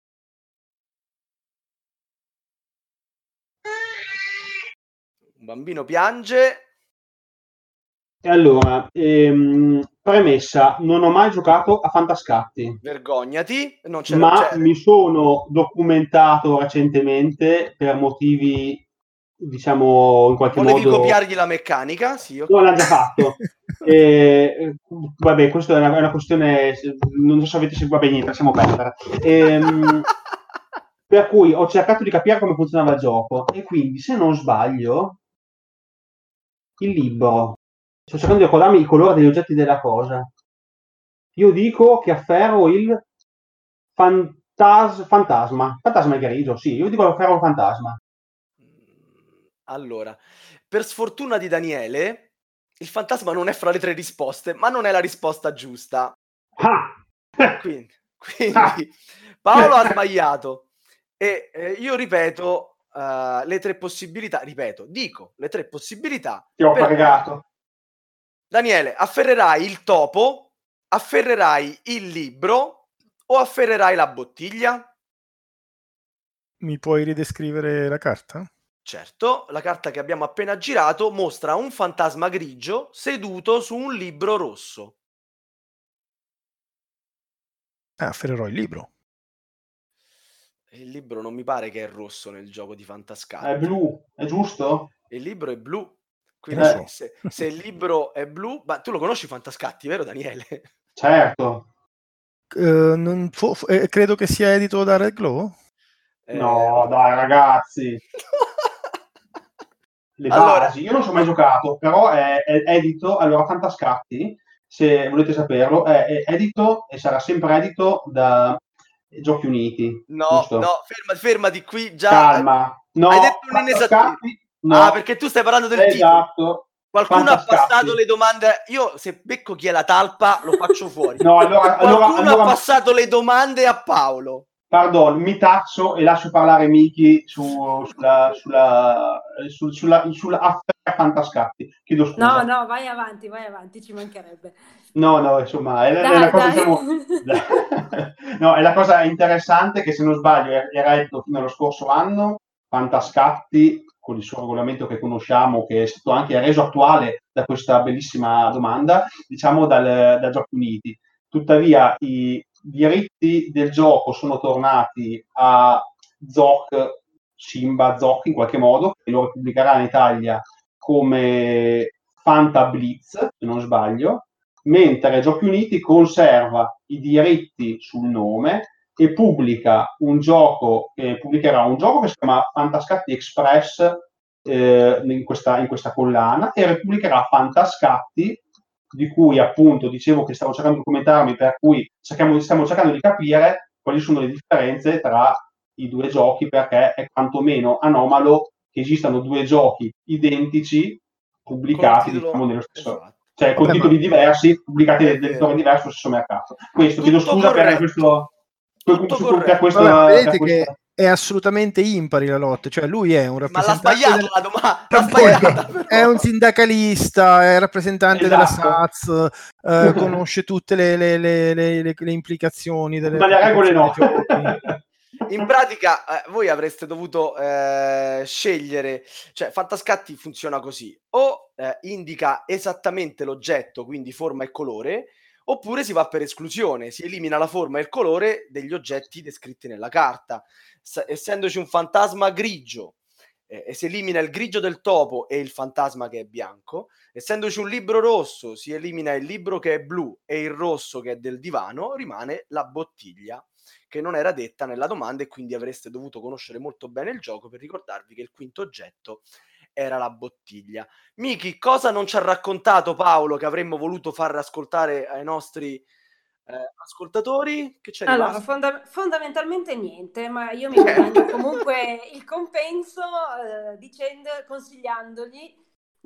Un bambino piange. E allora, ehm, premessa, non ho mai giocato a Fantascatti. Vergognati, non c'è ma c'è. mi sono documentato recentemente per motivi, diciamo, in qualche Volevi modo... copiargli la meccanica? Sì, ok. No, l'ha già fatto. E, vabbè, questa è una, è una questione, non so se avete seguito, vabbè, niente, lasciamo perdere. Ehm, per cui ho cercato di capire come funzionava il gioco e quindi, se non sbaglio, il libro, sto cercando di ricordarmi i colori degli oggetti della cosa. Io dico che afferro il fantas- fantasma. Fantasma è grigio, sì, io dico che afferro il fantasma. Allora, per sfortuna di Daniele, il fantasma non è fra le tre risposte, ma non è la risposta giusta. Ah! Quindi, quindi Paolo ha sbagliato e eh, io ripeto uh, le tre possibilità, ripeto, dico le tre possibilità. Ti ho per pregato. Daniele, afferrerai il topo, afferrerai il libro o afferrerai la bottiglia? Mi puoi ridescrivere la carta? Certo, la carta che abbiamo appena girato mostra un fantasma grigio seduto su un libro rosso. Ah, afferrerò il libro. Il libro non mi pare che è rosso nel gioco di Fantascatti. È blu, è giusto? Il libro è blu. Quindi so. se, se il libro è blu... Ma tu lo conosci Fantascatti, vero Daniele? Certo. Uh, non fo- fo- eh, credo che sia edito da Red Glow? No, Eh... dai ragazzi. Le Allora... basi, io non ci ho mai giocato, però è, è edito, allora Fantascatti, se volete saperlo, è, è edito e sarà sempre edito da Giochi Uniti. No, giusto? no, fermati, fermati qui già. Calma. No, hai detto un'inesattezza. no. Ah, perché tu stai parlando del esatto. titolo. Qualcuno ha passato le domande. Io se becco chi è la talpa lo faccio fuori. No, allora, Qualcuno allora, allora... ha passato le domande a Paolo. Pardon, mi taccio e lascio parlare Miki su, sulla, sulla, su, sulla, sulla affare Fantascatti. Chiedo scusa. No, no, vai avanti, vai avanti, ci mancherebbe. No, no, insomma, è, dai, è la cosa, dai. diciamo, no, è la cosa interessante che, se non sbaglio, era edito fino allo scorso anno. Fantascatti, con il suo regolamento che conosciamo, che è stato anche reso attuale da questa bellissima domanda, diciamo dal, da Giochi Uniti. Tuttavia, i diritti del gioco sono tornati a Zoc, Simba Zoc in qualche modo, che lo pubblicherà in Italia come Fanta Blitz, se non sbaglio, mentre Giochi Uniti conserva i diritti sul nome e pubblica un gioco, eh, pubblicherà un gioco che si chiama Fantascatti Express eh, in, questa, in questa collana, e ripubblicherà Fantascatti, di cui appunto dicevo che stavo cercando di documentarmi, per cui cerchiamo, stiamo cercando di capire quali sono le differenze tra i due giochi, perché è quantomeno anomalo che esistano due giochi identici pubblicati, diciamo, nello stesso, esatto. Cioè con Vabbè, titoli ma... diversi, pubblicati da editori diversi sullo stesso mercato. Questo, chiedo scusa corretto. per questo, Tutto per, per questo, Vabbè, vedete per questo... che è assolutamente impari la lotta, cioè lui è un rappresentante, ma l'ha sbagliato del... la domanda, l'ha sbagliata, è un sindacalista, è rappresentante esatto. della S A Z, eh, conosce tutte le, le, le, le, le, le implicazioni delle ma le regole no. In pratica eh, voi avreste dovuto eh, scegliere, cioè Fantascatti funziona così: o eh, indica esattamente l'oggetto, quindi forma e colore, oppure si va per esclusione, si elimina la forma e il colore degli oggetti descritti nella carta. S- essendoci un fantasma grigio eh, e si elimina il grigio del topo e il fantasma che è bianco, essendoci un libro rosso si elimina il libro che è blu e il rosso che è del divano, rimane la bottiglia, che non era detta nella domanda, e quindi avreste dovuto conoscere molto bene il gioco per ricordarvi che il quinto oggetto era la bottiglia. Miki, cosa non ci ha raccontato Paolo che avremmo voluto far ascoltare ai nostri eh, ascoltatori? Che c'è allora, rimasto? fonda- fondamentalmente niente, ma io mi guadagno comunque il compenso eh, dicendo, consigliandogli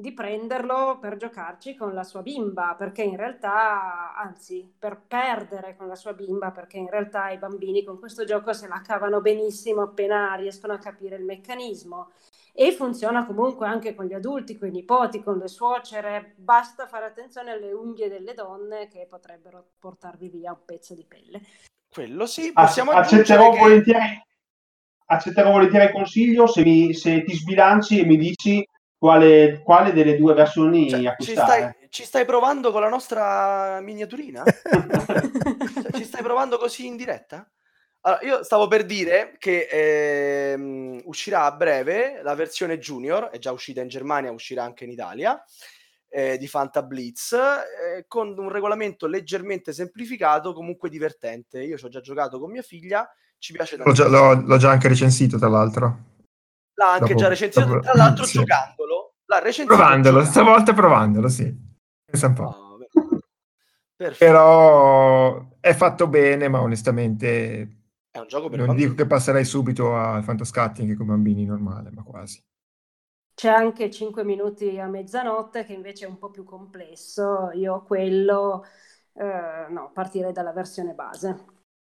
di prenderlo per giocarci con la sua bimba, perché in realtà, anzi, per perdere con la sua bimba, perché in realtà i bambini con questo gioco se la cavano benissimo appena riescono a capire il meccanismo. E funziona comunque anche con gli adulti, con i nipoti, con le suocere. Basta fare attenzione alle unghie delle donne che potrebbero portarvi via un pezzo di pelle. Quello sì, Ac- possiamo accetterò aggiungere che... volentieri accetterò volentieri il consiglio se, mi, se ti sbilanci e mi dici quale, quale delle due versioni Cioè, ci, acquistare. stai, ci stai provando con la nostra miniaturina? Cioè, ci stai provando così in diretta? Allora, io stavo per dire che ehm, uscirà a breve la versione Junior, è già uscita in Germania, uscirà anche in Italia, eh, di Fanta Blitz, eh, con un regolamento leggermente semplificato, comunque divertente. Io ci ho già giocato con mia figlia, ci piace L'ho già, tantissimo. l'ho, l'ho già anche recensito, tra l'altro. L'ha anche Dopo- già recensito, dopo- tra l'altro sì. giocandolo. L'ha recensito Provandolo, giocando. stavolta provandolo, sì. Pensa un po'. Oh, perfetto. Però è fatto bene, ma onestamente È un gioco per non bambini. dico che passerei subito al fantascatting con bambini normale, ma quasi. C'è anche cinque minuti a mezzanotte che invece è un po' più complesso. Io quello, eh, no, partirei dalla versione base.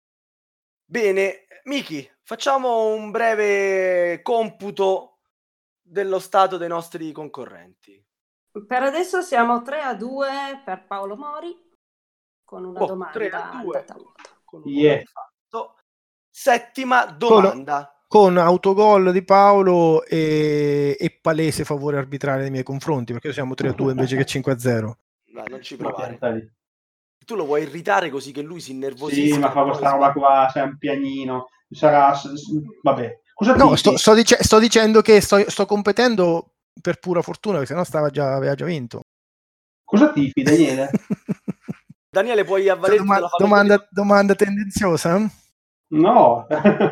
Bene, Miki, facciamo un breve computo dello stato dei nostri concorrenti. Per adesso siamo tre a due per Paolo Mori, con una Oh, domanda tre a due data vuota. con un Yeah. numero fatto. Settima domanda. Con autogol di Paolo e, e palese favore arbitrale nei miei confronti, perché siamo tre a due invece che cinque a zero. No, non ci Ma provare. pianta lì. Tu lo vuoi irritare così che lui si innervosisca? Sì, ma e fa poi questa roba sbaglia. qua, c'è un pianino. Sarà, s- s- vabbè. Cosa No, tifi? sto, sto, dice- sto dicendo che sto, sto competendo per pura fortuna, perché sennò stava già, aveva già vinto. Cosa tifi, Daniele? Daniele, puoi Questa avvalerti doma- della facoltà domanda, di... domanda tendenziosa? No.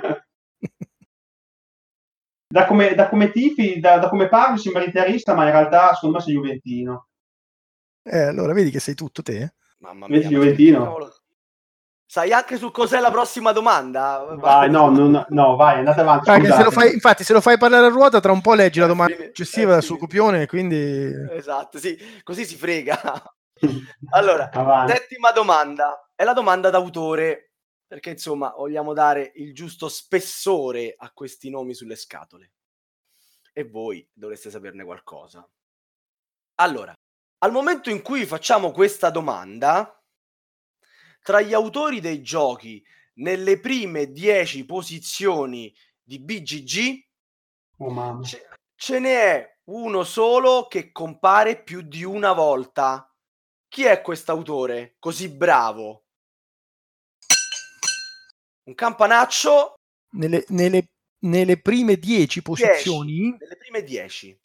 Da come, da come tifi, da, da come parli sembra interista, ma in realtà secondo me sei juventino. Eh, allora vedi che sei tutto te. Mamma Vedi mia, ma che, che juventino? cavolo... Sai anche su cos'è la prossima domanda? Vai, no, non- no, vai, andate avanti, Ah, che se lo scusate. fai, infatti, se lo fai parlare a ruota, tra un po' leggi la È domanda fini- successiva è sul finito. copione, quindi... Esatto, sì, così si frega. Allora, Avanti. settima domanda. È la domanda d'autore, perché insomma vogliamo dare il giusto spessore a questi nomi sulle scatole. E voi dovreste saperne qualcosa. Allora, al momento in cui facciamo questa domanda, tra gli autori dei giochi nelle prime dieci posizioni di B G G Oh mamma. ce, ce ne è uno solo che compare più di una volta. Chi è quest'autore così bravo? Un campanaccio? Nelle, nelle, nelle prime dieci posizioni... dieci, nelle prime dieci.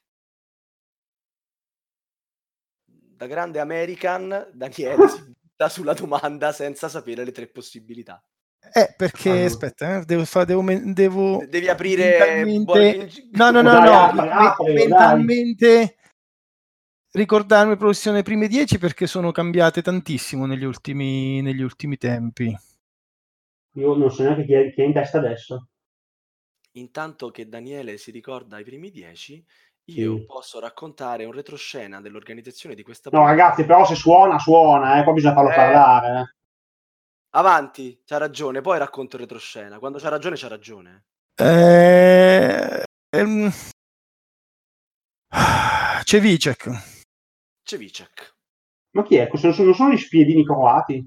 Da grande American, Daniele si butta sulla domanda senza sapere le tre possibilità. Eh, perché, Allora. aspetta, eh, devo, fa, devo, men- devo De- devi aprire mentalmente... Boarding- No, no, no, Dai, no, apri, me- apri, mentalmente ricordarmi professione le prime dieci perché sono cambiate tantissimo negli ultimi, negli ultimi tempi. Io non so neanche chi è, chi è in testa adesso. Intanto che Daniele si ricorda i primi dieci, io Sì. posso raccontare un retroscena dell'organizzazione di questa No, puntata. ragazzi, però se suona, suona, eh, qua bisogna farlo Eh. parlare. Eh. Avanti, c'ha ragione, poi racconto il retroscena. Quando c'ha ragione, c'ha ragione. Eh, ehm, Cevicek. Cevicek. Ma chi è? Non sono, non sono gli spiedini croati?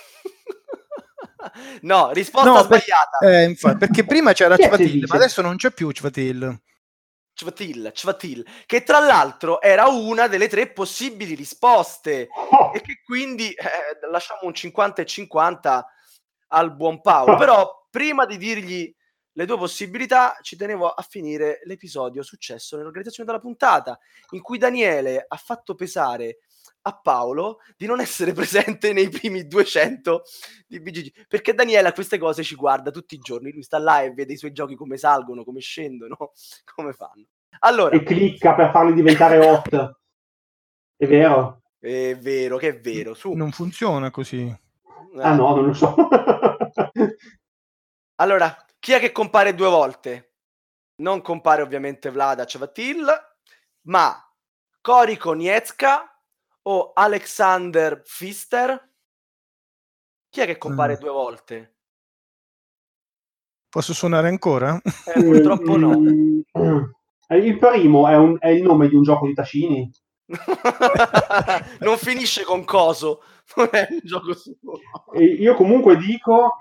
No, risposta No, per- sbagliata. eh, infatti, perché prima c'era Chi è Cvatil, Cevicek? ma adesso non c'è più Cvatil. Cvatil, Cvatil, che tra l'altro era una delle tre possibili risposte Oh. e che quindi eh, lasciamo un cinquanta e cinquanta al buon Paolo. Però prima di dirgli le due possibilità ci tenevo a finire l'episodio successo nell'organizzazione della puntata, in cui Daniele ha fatto pesare a Paolo di non essere presente nei primi duecento di B G G, perché Daniele a queste cose ci guarda tutti i giorni, lui sta là e vede i suoi giochi come salgono, come scendono, come fanno. Allora, E clicca per farli diventare hot. È vero? è vero che è vero, su. Non funziona così. Eh. Ah no, non lo so. Allora, chi è che compare due volte? Non compare ovviamente Vlada Cvatil, ma Cory Konietzka o Alexander Pfister? Chi è che compare Mm. due volte? Posso suonare ancora? Eh, purtroppo no. Mm, il primo è, un, è il nome di un gioco di tacini? Non finisce con coso, non è un gioco suo. E io comunque dico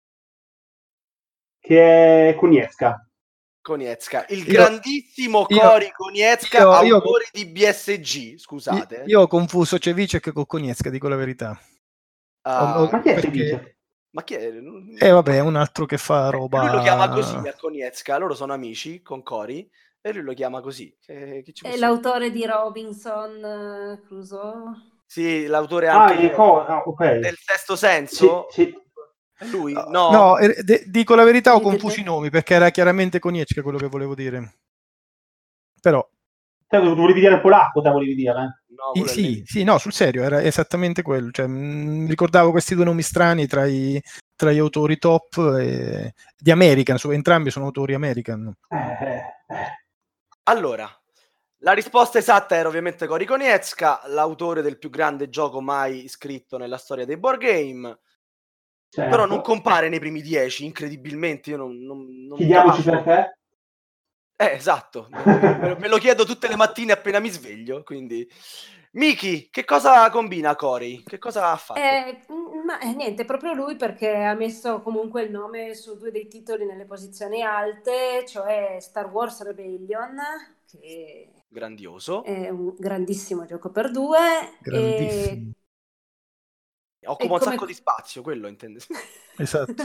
che è Konietzka. Konietzka, il Io- grandissimo io- Cory Konietzka, io- io- autore di B S G, scusate. Io ho confuso Cevicek con Konietzka, dico la verità. Ah, o- o- Ma chi è perché- Cevice? ma chi è? Eh vabbè, è un altro che fa roba... Lui lo chiama così a Konietzka, loro sono amici con Cory e lui lo chiama così. Che, che ci È posso- l'autore di Robinson eh, Crusoe. Sì, l'autore Ah, anche il co- ah, ok. del Sesto Sì, Senso. sì. È lui? No, No. no, eh, de- dico la verità, ho Sì, confuso i detto- nomi perché era chiaramente Konietzka quello che volevo dire. Però, Te volevi dire il polacco, te volevi dire? No, i- quello è sì, lei. sì, no, sul serio, era esattamente quello. Cioè, mh, ricordavo questi due nomi strani tra, i, tra gli autori top eh, di American, su- entrambi sono autori American. Eh, eh, eh. Allora, la risposta esatta era ovviamente Cory Konietzka, l'autore del più grande gioco mai scritto nella storia dei board game. Certo. Però non compare nei primi dieci, incredibilmente. Io non, non, non Chiediamoci capisco. perché. Eh, esatto. me, me lo chiedo tutte le mattine appena mi sveglio. Quindi, Miki, che cosa combina Cory? Che cosa ha fatto? Eh, mm, ma eh, niente, proprio lui perché ha messo comunque il nome su due dei titoli nelle posizioni alte, cioè Star Wars Rebellion, che Grandioso. è un grandissimo gioco per due, Grandissimo. Occupa un come- sacco di spazio, quello intende. Esatto.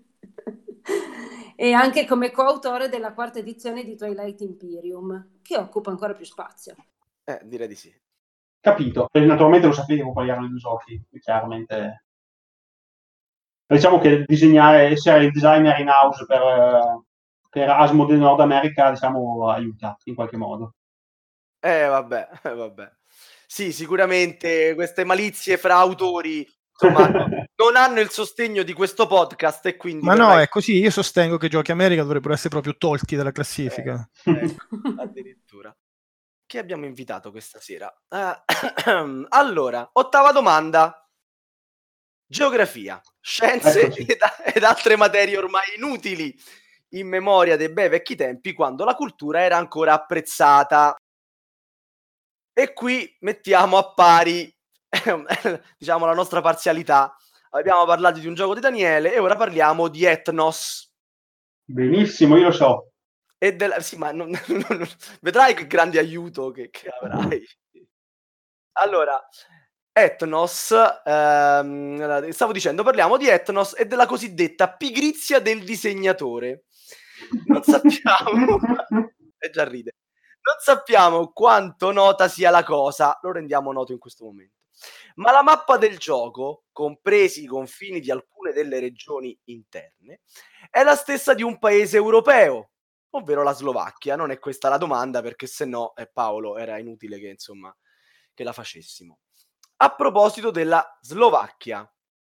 e anche come coautore della quarta edizione di Twilight Imperium, che occupa ancora più spazio. Eh, direi di sì. Capito. E naturalmente lo sapevo quali erano i due giochi, chiaramente. Diciamo che disegnare, essere il designer in house per, eh, per Asmodee Nord America, diciamo, aiuta in qualche modo. Eh, vabbè, eh, vabbè. Sì, sicuramente queste malizie fra autori, insomma, no- non hanno il sostegno di questo podcast e quindi Ma no, verrai- è così, io sostengo che i giochi America dovrebbero essere proprio tolti dalla classifica. ecco, addirittura. Chi abbiamo invitato questa sera? Ah, allora, ottava domanda. Geografia, scienze Eccoci. ed, ed altre materie ormai inutili in memoria dei bei vecchi tempi quando la cultura era ancora apprezzata. E qui mettiamo a pari diciamo la nostra parzialità. Abbiamo parlato di un gioco di Daniele e ora parliamo di Ethnos. Benissimo, io lo so. E del... Sì, ma non, non- vedrai che grande aiuto che, che avrai. Allora, Ethnos, ehm, stavo dicendo, parliamo di Ethnos e della cosiddetta pigrizia del disegnatore. Non sappiamo, e già ride, non sappiamo quanto nota sia la cosa, lo rendiamo noto in questo momento. Ma la mappa del gioco, compresi i confini di alcune delle regioni interne, è la stessa di un paese europeo, ovvero la Slovacchia. Non è questa la domanda, perché se no, eh, Paolo, era inutile che, insomma, che la facessimo. A proposito della Slovacchia,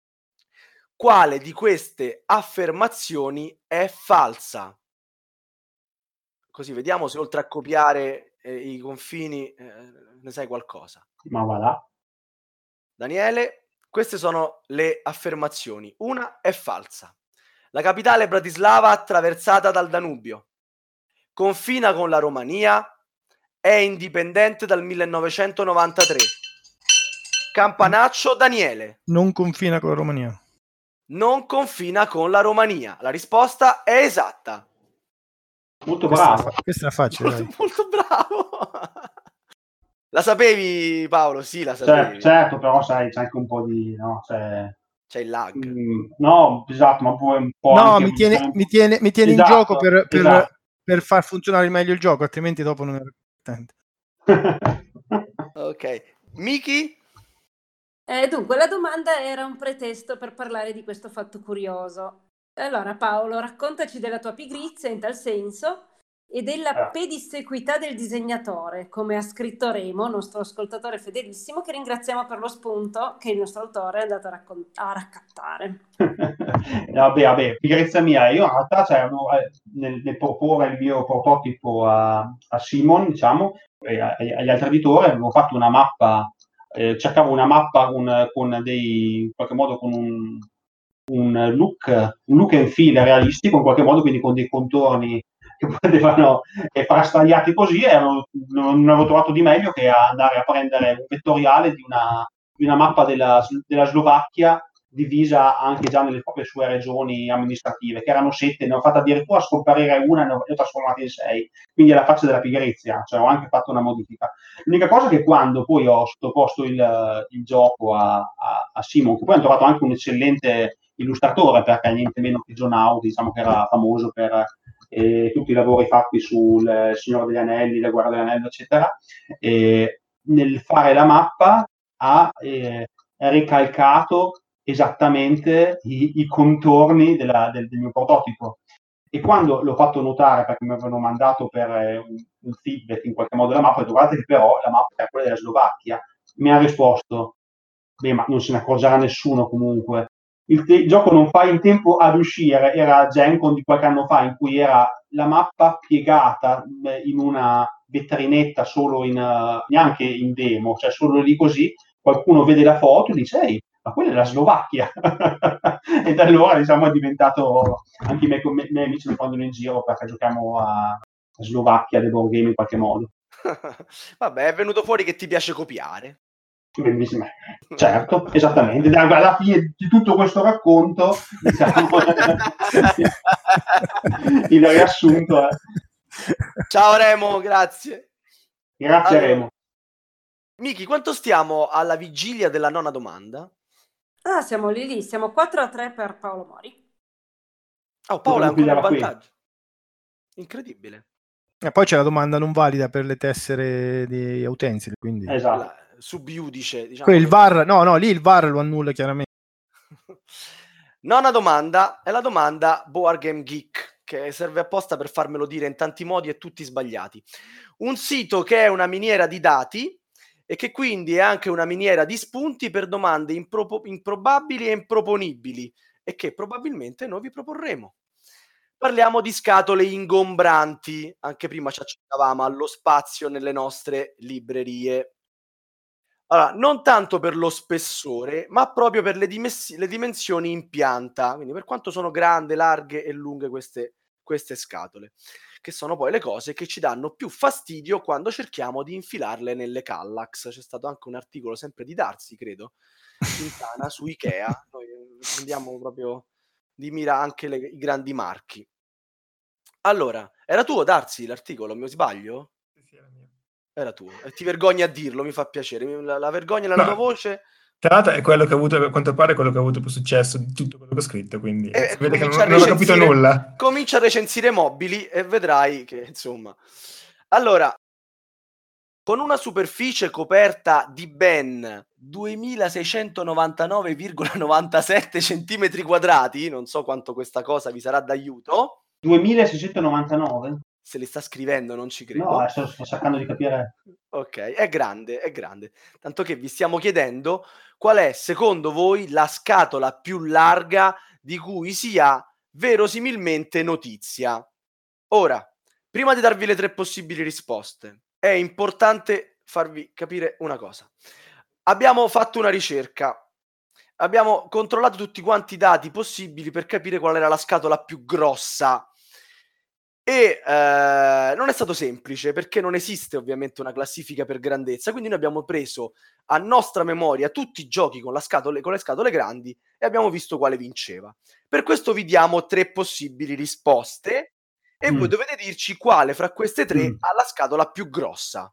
quale di queste affermazioni è falsa? Così vediamo se oltre a copiare eh, i confini eh, ne sai qualcosa. Ma va là. Daniele, queste sono le affermazioni. Una è falsa. La capitale Bratislava attraversata dal Danubio. Confina con la Romania. È indipendente dal millenovecentonovantatré. Campanaccio Daniele. Non confina con la Romania. Non confina con la Romania. La risposta è esatta. Molto Questa, bravo. è fa- questa è facile, dai. Molto, molto bravo. La sapevi, Paolo? Sì, la Cioè, sapevi. certo, però sai, c'è anche un po' di... No, cioè, C'è il lag. mm, no, esatto, ma poi un po' No, anche... mi tiene, un- mi tiene, mi tiene Esatto, in gioco per, per, esatto. per far funzionare meglio il gioco, altrimenti dopo non ero contento. Ok. Miki? Eh, dunque, la domanda era un pretesto per parlare di questo fatto curioso. Allora, Paolo, raccontaci della tua pigrizia in tal senso e della Eh. pedissequità del disegnatore, come ha scritto Remo, nostro ascoltatore fedelissimo, che ringraziamo per lo spunto che il nostro autore è andato a, raccon- a raccattare. vabbè, vabbè, pigrizia mia, io in realtà cioè, no, eh, nel, nel proporre il mio prototipo a, a Simon, diciamo, e a- agli altri editori, avevo fatto una mappa, eh, cercavo una mappa con, con dei, in qualche modo con un, un look, un look and feel realistico, in qualche modo, quindi con dei contorni che potevano eh, frastagliati così, e avevo- non avevo trovato di meglio che andare a prendere un vettoriale di una, di una mappa della, della Slovacchia, divisa anche già nelle proprie sue regioni amministrative, che erano sette, ne ho fatta addirittura scomparire una e ne ho, ne ho trasformate in sei, quindi alla faccia della pigrizia, cioè ho anche fatto una modifica. L'unica cosa è che quando poi ho sottoposto il, il gioco a, a, a Simon, che poi hanno trovato anche un eccellente illustratore, perché niente meno che John Howe, diciamo che era famoso per eh, tutti i lavori fatti sul Signore degli Anelli, la Guerra dell'Anello, eccetera, e nel fare la mappa ha eh, ricalcato esattamente i, i contorni della, del, del mio prototipo. E quando l'ho fatto notare, perché mi avevano mandato per eh, un, un feedback in qualche modo la mappa, ho detto guardate che però la mappa è quella della Slovacchia, mi ha risposto beh, ma non se ne accorgerà nessuno comunque. Il, te- il gioco non fa in tempo ad uscire, era Gen Con di qualche anno fa, in cui era la mappa piegata beh, in una vetrinetta solo in, uh, neanche in demo, cioè solo lì così, qualcuno vede la foto e dice ehi, ma quella è la Slovacchia. E da allora diciamo è diventato, anche i miei, i miei amici mi prendono in giro perché giochiamo a Slovacchia, The Board Game in qualche modo. Vabbè, è venuto fuori che ti piace copiare. Benissimo. Certo, esattamente. Alla fine di tutto questo racconto, diciamo, il riassunto è... Ciao Remo, grazie. Grazie allora, Remo. Miki, quanto stiamo alla vigilia della nona domanda? Ah, siamo lì lì, siamo quattro a tre per Paolo Mori. Oh, Paolo è ancora in vantaggio. Qui. Incredibile. E poi c'è la domanda non valida per le tessere di utensili, quindi... Esatto. La, subiudice, diciamo. Qui il V A R, no, no, lì il V A R lo annulla chiaramente. Nona domanda è la domanda Board Game Geek, che serve apposta per farmelo dire in tanti modi e tutti sbagliati. Un sito che è una miniera di dati e che quindi è anche una miniera di spunti per domande impro- improbabili e improponibili e che probabilmente noi vi proporremo. Parliamo di scatole ingombranti, anche prima ci accennavamo allo spazio nelle nostre librerie. Allora, non tanto per lo spessore, ma proprio per le, dimessi- le dimensioni in pianta, quindi per quanto sono grandi, larghe e lunghe queste, queste scatole, che sono poi le cose che ci danno più fastidio quando cerchiamo di infilarle nelle Kallax. C'è stato anche un articolo sempre di Darsi, credo, Quintana, su Ikea. Noi prendiamo proprio di mira anche le, i grandi marchi. Allora, era tuo Darsi l'articolo, mi sbaglio? Sì, era mio. Era tuo. E ti vergogni a dirlo, mi fa piacere. La, la vergogna nella No, tua voce... Tra l'altro è quello che ha avuto, a quanto pare, quello che ha avuto più successo di tutto quello che ho scritto, quindi E si vede che comincia non, a non ho capito recensire- nulla. Comincia a recensire mobili e vedrai che, insomma... Allora, con una superficie coperta di ben duemilaseicentonovantanove virgola novantasette centimetri quadrati, non so quanto questa cosa vi sarà d'aiuto. duemilaseicentonovantanove? Se li sta scrivendo, non ci credo. No, adesso sto cercando di capire. Ok, è grande, è grande. Tanto che vi stiamo chiedendo qual è, secondo voi, la scatola più larga di cui si ha verosimilmente notizia. Ora, prima di darvi le tre possibili risposte, è importante farvi capire una cosa. Abbiamo fatto una ricerca, abbiamo controllato tutti quanti i dati possibili per capire qual era la scatola più grossa. E eh, non è stato semplice perché non esiste ovviamente una classifica per grandezza, quindi noi abbiamo preso a nostra memoria tutti i giochi con, la scatole, con le scatole grandi e abbiamo visto quale vinceva. Per questo vi diamo tre possibili risposte e Mm. voi dovete dirci quale fra queste tre Mm. ha la scatola più grossa.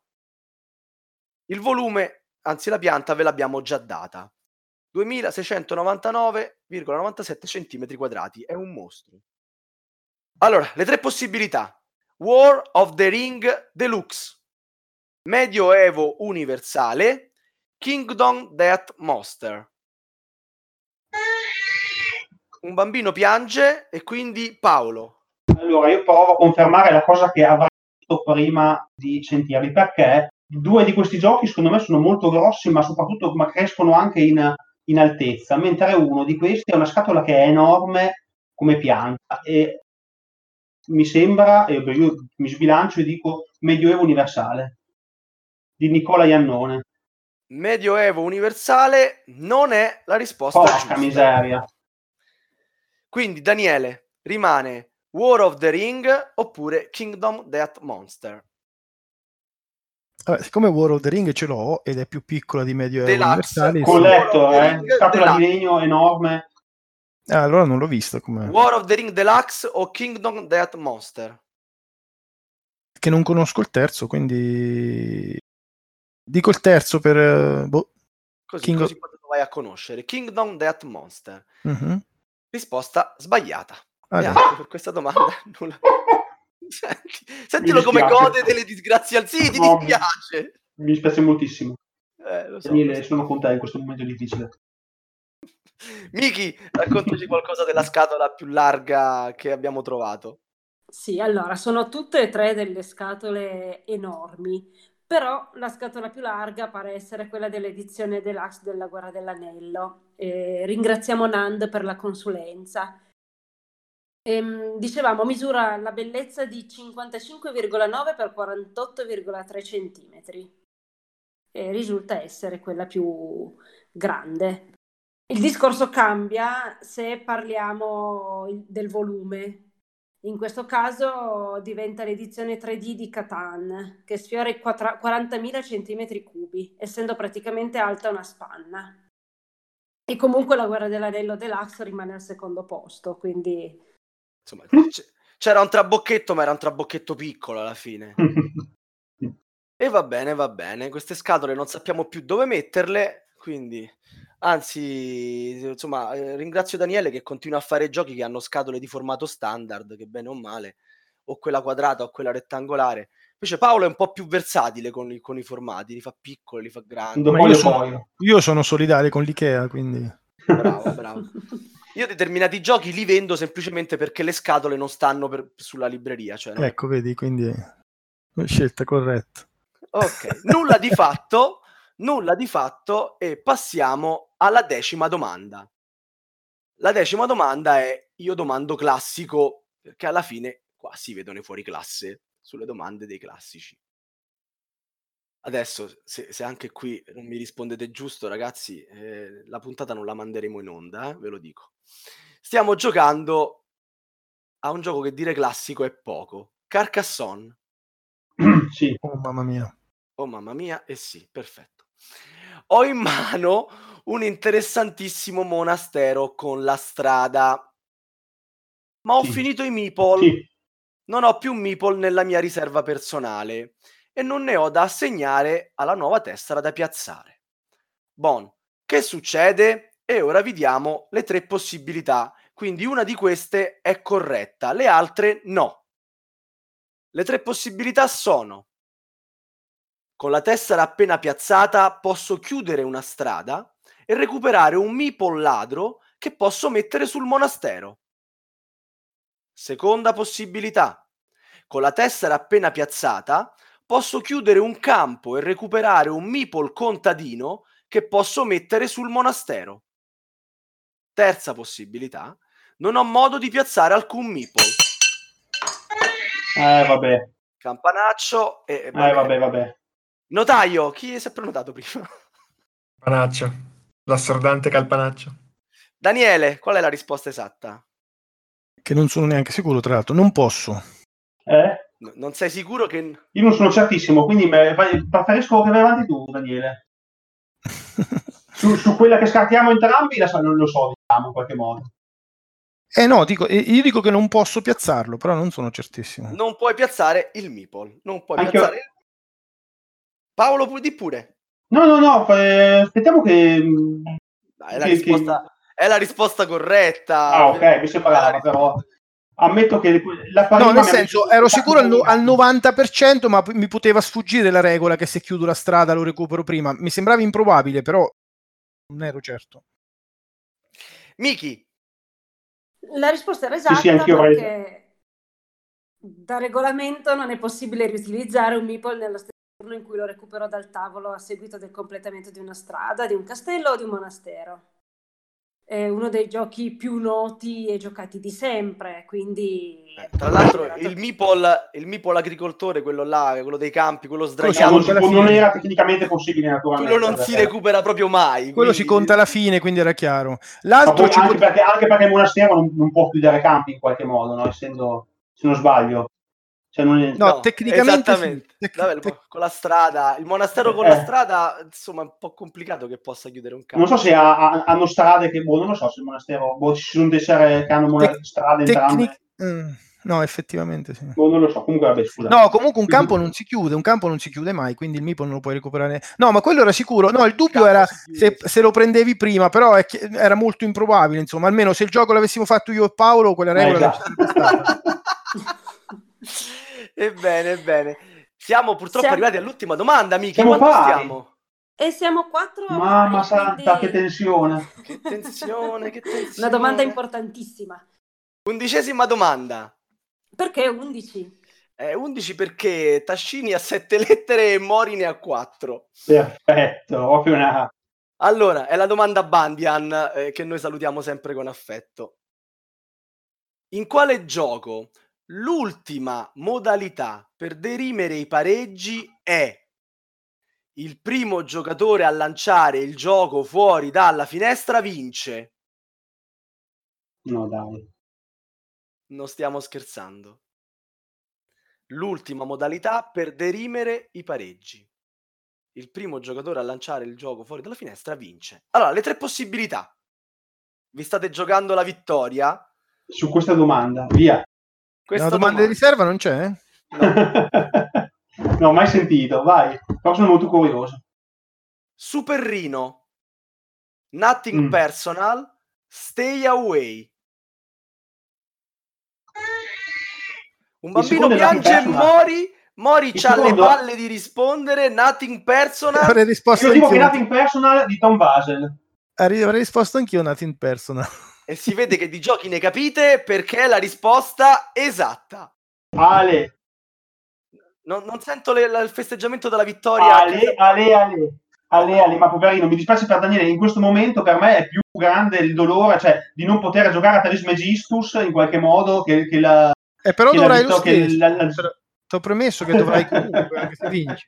Il volume, anzi la pianta, ve l'abbiamo già data. duemilaseicentonovantanove virgola novantasette centimetri quadrati, è un mostro. Allora, le tre possibilità. War of the Ring Deluxe, Medioevo Universale, Kingdom Death Monster. Un bambino piange e quindi Paolo. Allora, io provo a confermare la cosa che avrei detto prima di sentirli, perché due di questi giochi secondo me sono molto grossi, ma soprattutto ma crescono anche in, in altezza, mentre uno di questi è una scatola che è enorme come pianta e mi sembra, e beh, io mi sbilancio e dico Medioevo Universale di Nicola Iannone. Medioevo Universale non è la risposta Porca giusta. miseria. Quindi Daniele, rimane War of the Ring oppure Kingdom Death Monster. Vabbè, siccome War of the Ring ce l'ho ed è più piccola di Medioevo Deluxe, Universale, sì. Colletto, eh? Ring Scatola di Deluxe. legno enorme. Ah, allora non l'ho vista come... War of the Ring Deluxe o Kingdom Death Monster? Che non conosco il terzo, quindi dico il terzo per eh, boh. Così, King così of... poi lo vai a conoscere. Kingdom Death Monster. Mhm. Risposta sbagliata. Ah, e dai. anche per questa domanda nulla. Senti, sentilo Mi come dispiace. gode delle disgrazie al sì, ti No, dispiace. Mi dispiace moltissimo. Eh, lo so, Daniele, lo so. sono con te in questo momento difficile. Miki, raccontaci qualcosa della scatola più larga che abbiamo trovato. Sì, allora, sono tutte e tre delle scatole enormi, però la scatola più larga pare essere quella dell'edizione deluxe della Guerra dell'Anello. Eh, ringraziamo Nand per la consulenza. Ehm, dicevamo, misura la bellezza di cinquantacinque virgola nove per quarantotto virgola tre centimetri e risulta essere quella più grande. Il discorso cambia se parliamo il- del volume. In questo caso diventa l'edizione tre D di Catan, che sfiora i quattro- quarantamila centimetri cubi, essendo praticamente alta una spanna. E comunque la Guerra dell'Anello Deluxe rimane al secondo posto, quindi... Insomma, c- c'era un trabocchetto, ma era un trabocchetto piccolo alla fine. E va bene, va bene. Queste scatole non sappiamo più dove metterle, quindi... Anzi, insomma, eh, ringrazio Daniele che continua a fare giochi che hanno scatole di formato standard, che bene o male, o quella quadrata o quella rettangolare. Invece Paolo è un po' più versatile con i, con i formati, li fa piccoli, li fa grandi. Dopo Ma io io sono, poi. io sono solidale con l'Ikea, quindi... Bravo, bravo. Io determinati giochi li vendo semplicemente perché le scatole non stanno per- sulla libreria. Cioè non è- Ecco, vedi, quindi scelta corretta. Ok, nulla di fatto, nulla di fatto e passiamo alla decima domanda. La decima domanda è, io domando classico, perché alla fine qua si vedono i fuori classe sulle domande dei classici. Adesso, se, se anche qui non mi rispondete giusto, ragazzi, eh, la puntata non la manderemo in onda, eh, ve lo dico. Stiamo giocando a un gioco che dire classico è poco. Carcassonne. Sì. Oh, mamma mia. Oh mamma mia, e eh sì, perfetto. Ho in mano un interessantissimo monastero con la strada. Ma ho Sì. finito i meeple. Sì. Non ho più meeple nella mia riserva personale e non ne ho da assegnare alla nuova tessera da piazzare. Bon, che succede? E ora vi diamo le tre possibilità. Quindi una di queste è corretta, le altre no. Le tre possibilità sono: con la tessera appena piazzata posso chiudere una strada e recuperare un meeple ladro che posso mettere sul monastero. Seconda possibilità: con la tessera appena piazzata posso chiudere un campo e recuperare un meeple contadino che posso mettere sul monastero. Terza possibilità: non ho modo di piazzare alcun meeple. Eh, vabbè. Campanaccio e Eh, vabbè. vabbè, vabbè. Notaio, chi si è prenotato prima? Panaccio, l'assordante calpanaccio. Daniele, qual è la risposta esatta? Che non sono neanche sicuro, tra l'altro. Non posso. Eh? No, non sei sicuro che... Io non sono certissimo, quindi me, vai, preferisco che vai avanti tu, Daniele. Su, su quella che scartiamo entrambi, la, non lo so, diciamo, in qualche modo. Eh no, dico, eh, io dico che non posso piazzarlo, però non sono certissimo. Non puoi piazzare il meeple. Non puoi Anche piazzare io- il... Paolo, puoi di pure. No, no, no, eh, aspettiamo che... Dai, è, la che- risposta... che- è la risposta corretta. Ah, ok, mi sembrava, È la però... risposta- Ammetto che la prima... No, nel mi ha senso, messo- ero sicuro al, no- al novanta per cento, ma p- mi poteva sfuggire la regola che se chiudo la strada lo recupero prima. Mi sembrava improbabile, però non ero certo. Miki, La risposta era Sì, sì, esatta anch'io avrei- perché Da regolamento non è possibile riutilizzare un meeple nello stesso turno in cui lo recupero dal tavolo a seguito del completamento di una strada, di un castello o di un monastero. È uno dei giochi più noti e giocati di sempre, quindi... Eh, tra l'altro il meeple, il meeple agricoltore, quello là, quello dei campi, quello Quello sdraiato, non, si può- non era tecnicamente possibile, naturalmente. quello non si perché- recupera proprio mai. Quello quindi- si conta alla fine, quindi era chiaro. Ma L'altro poi ci anche, pot- perché, anche perché il monastero non, non può chiudere campi in qualche modo, no? Essendo, se non sbaglio. Cioè non è- No, No, tecnicamente sì. esattamente. Tec- Vabbè, tec- con la strada, il monastero con la Eh. strada, insomma, è un po' complicato che possa chiudere un campo. Non so se ha- ha- hanno strade che, boh, non lo so se il monastero, boh, ci sono dei serre che hanno mona- tec- strade entrambe, tecnic- mm, no, effettivamente sì. boh, non lo so, comunque vabbè, scusa. No, comunque un campo non si chiude, un campo non si chiude mai, quindi il meeple non lo puoi recuperare. No, ma quello era sicuro. No, il dubbio campo era si chiude, se, se lo prendevi prima, però è che era molto improbabile, insomma, almeno se il gioco l'avessimo fatto io e Paolo, quella Eh, regola non esatto. c'è sempre stata. Ebbene, ebbene. Siamo purtroppo Siamo- arrivati all'ultima domanda, Miki. Siamo Quanto pari. stiamo? E siamo quattro a Mamma pari, santa, che quindi tensione. Che tensione, che tensione. una domanda importantissima. Undicesima domanda. Perché undici? Eh, undici perché Tascini ha sette lettere e Mori ne ha quattro. Perfetto, proprio una... Allora, è la domanda Bandian, eh, che noi salutiamo sempre con affetto. In quale gioco l'ultima modalità per derimere i pareggi è il primo giocatore a lanciare il gioco fuori dalla finestra vince? No, dai. Non stiamo scherzando. L'ultima modalità per derimere i pareggi. Il primo giocatore a lanciare il gioco fuori dalla finestra vince. Allora, le tre possibilità. Vi state giocando la vittoria? Su questa domanda, via. Questa Una domanda di riserva non c'è? No. No, mai sentito, vai. Però sono molto curioso. Super Rino, Nothing Mm. Personal, Stay Away. Un Il bambino secondo è Nothing piange e Personal. Mori. Mori Il c'ha le secondo- palle di rispondere. Nothing Personal. Avrei risposto Io dico che anch'io. Nothing Personal di Tom Vasel. Avrei risposto anch'io Nothing Personal. E si vede che di giochi ne capite perché è la risposta esatta. Ale, Non, non sento le- la- il festeggiamento della vittoria. Ale, Ale, Ale. Ale, Ale, ma poverino, mi dispiace per Daniele, in questo momento per me è più grande il dolore, cioè di non poter giocare a Trismegistus in qualche modo che, che la... Eh, però che la dovrai lo vittoria- che stesso. la- la- Ti ho promesso che dovrai comunque, anche se vinci.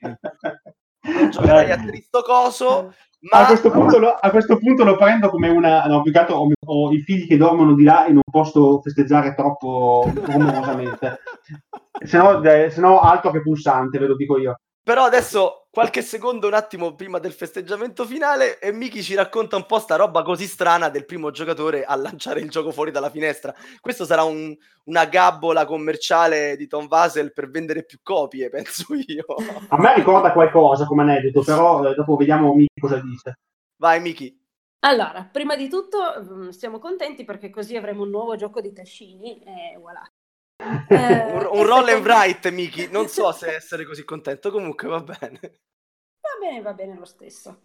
Non giocherai a Tristo Coso. Ma A questo, punto lo, a questo punto lo prendo come una... No, più che altro ho, ho i figli che dormono di là e non posso festeggiare troppo rumorosamente. Se no, eh, se no altro che pulsante, ve lo dico io. Però adesso qualche secondo, un attimo prima del festeggiamento finale, e Miki ci racconta un po' sta roba così strana del primo giocatore a lanciare il gioco fuori dalla finestra. Questo sarà un, una gabbola commerciale di Tom Vasel per vendere più copie, penso io. A me ricorda qualcosa come aneddoto, però eh, dopo vediamo Miki cosa dice. Vai Miki. Allora, prima di tutto mm, siamo contenti perché così avremo un nuovo gioco di Tascini e voilà. Eh, Un, un e roll and secondo- write, Miki. Non so se essere così contento, comunque va bene. Va bene, va bene lo stesso.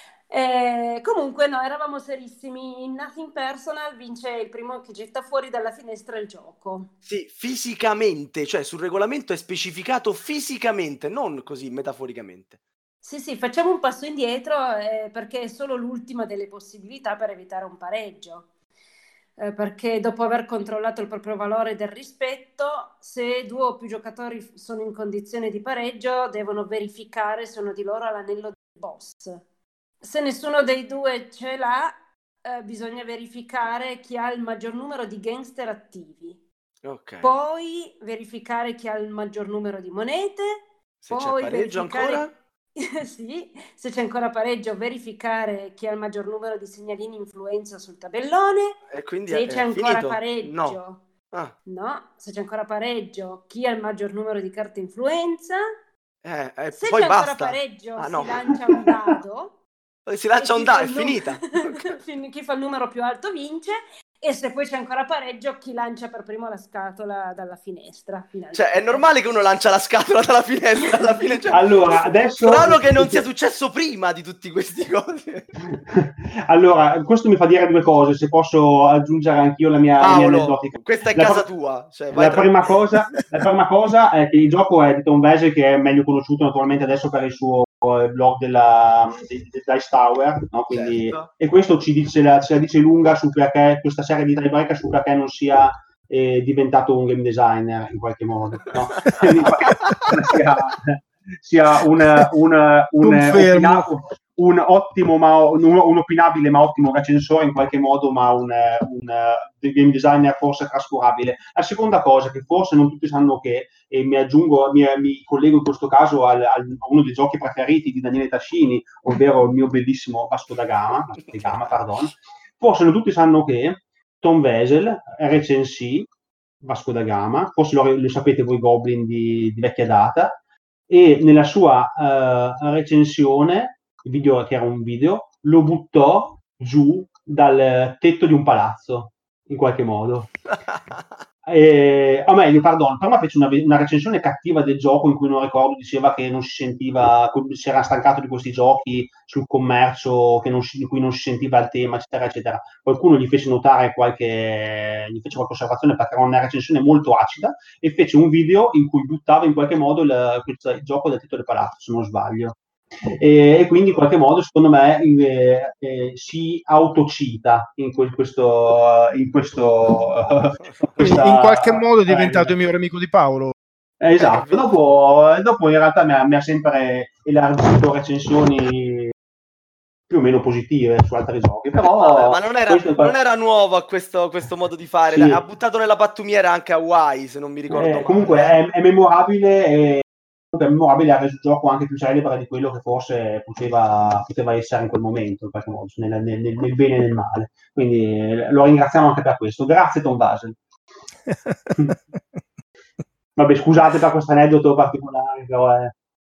Eh, comunque, no, eravamo serissimi. In Nothing Personal vince il primo che getta fuori dalla finestra il gioco. Sì, fisicamente, cioè sul regolamento è specificato fisicamente, non così metaforicamente. Sì, sì, facciamo un passo indietro eh, perché è solo l'ultima delle possibilità per evitare un pareggio. Eh, perché dopo aver controllato il proprio valore del rispetto, se due o più giocatori f- sono in condizione di pareggio, devono verificare se uno di loro ha l'anello del boss. Se nessuno dei due ce l'ha, eh, bisogna verificare chi ha il maggior numero di gangster attivi. Ok. Poi verificare chi ha il maggior numero di monete. Se c'è poi pareggio verificare- ancora? Sì, se c'è ancora pareggio, verificare chi ha il maggior numero di segnalini influenza sul tabellone. E quindi Se è, c'è è ancora finito? pareggio, No. Ah, no. Se c'è ancora pareggio, chi ha il maggior numero di carte influenza. eh, eh, Se poi c'è basta. ancora pareggio, Ah, si no. lancia un dado. Si lancia e un chi fa dado, è il nu- finita. Fin- chi fa il numero più alto vince. e se poi c'è ancora pareggio chi lancia per primo la scatola dalla finestra. Cioè è normale che uno lancia la scatola dalla finestra alla fine, cioè, allora adesso strano che non sia successo prima di tutti questi cose. Allora questo mi fa dire due cose, se posso aggiungere anch'io la mia, la mia aneddotica. Questa è la casa pr- tua, cioè, vai la, prima cosa, la prima cosa è che il gioco è di Tom Vasel, che è meglio conosciuto naturalmente adesso per il suo blog della di, di Dice Tower, no? Quindi, certo. E questo ci dice la, ci la dice lunga su perché questa serie di tiebreaker, su perché non sia eh, diventato un game designer in qualche modo, no? sia, sia un, un, un, opina, un ottimo ma un, un opinabile ma ottimo recensore in qualche modo, ma un, un game designer forse trascurabile. La seconda cosa che forse non tutti sanno, che e mi aggiungo, mi, mi collego in questo caso al, al, a uno dei giochi preferiti di Daniele Tascini, ovvero il mio bellissimo Vasco da Gama, Vasco da Gama, pardon. Forse non tutti sanno che Tom Vasel recensì Vasco da Gama, forse lo, lo sapete voi Goblin di, di vecchia data, e nella sua uh, recensione, video, che era un video, lo buttò giù dal tetto di un palazzo, in qualche modo. E, o meglio, pardon, prima fece una, una recensione cattiva del gioco in cui non ricordo, diceva che non si sentiva, si era stancato di questi giochi sul commercio, che non si, di cui non si sentiva il tema, eccetera, eccetera. Qualcuno gli fece notare qualche, gli fece qualche osservazione perché era una recensione molto acida, e fece un video in cui buttava in qualche modo il, il gioco dal tetto del palazzo, se non sbaglio. E, e quindi in qualche modo secondo me eh, eh, si autocita in quel, questo in questo uh, questa, in qualche modo è diventato eh, il migliore amico di Paolo. Eh, esatto, dopo, dopo in realtà mi ha, mi ha sempre elargito recensioni più o meno positive su altri giochi, però vabbè, ma non era, non era nuovo a questo, questo modo di fare, sì. Ha buttato nella pattumiera anche Hawaii, se non mi ricordo eh, male. Comunque è, è memorabile e è memorabile, ha reso il gioco anche più celebre di quello che forse poteva, poteva essere in quel momento, in qualche modo, nel, nel, nel bene e nel male. Quindi lo ringraziamo anche per questo. Grazie Tom Vasel. Vabbè, scusate per questo aneddoto particolare, però è...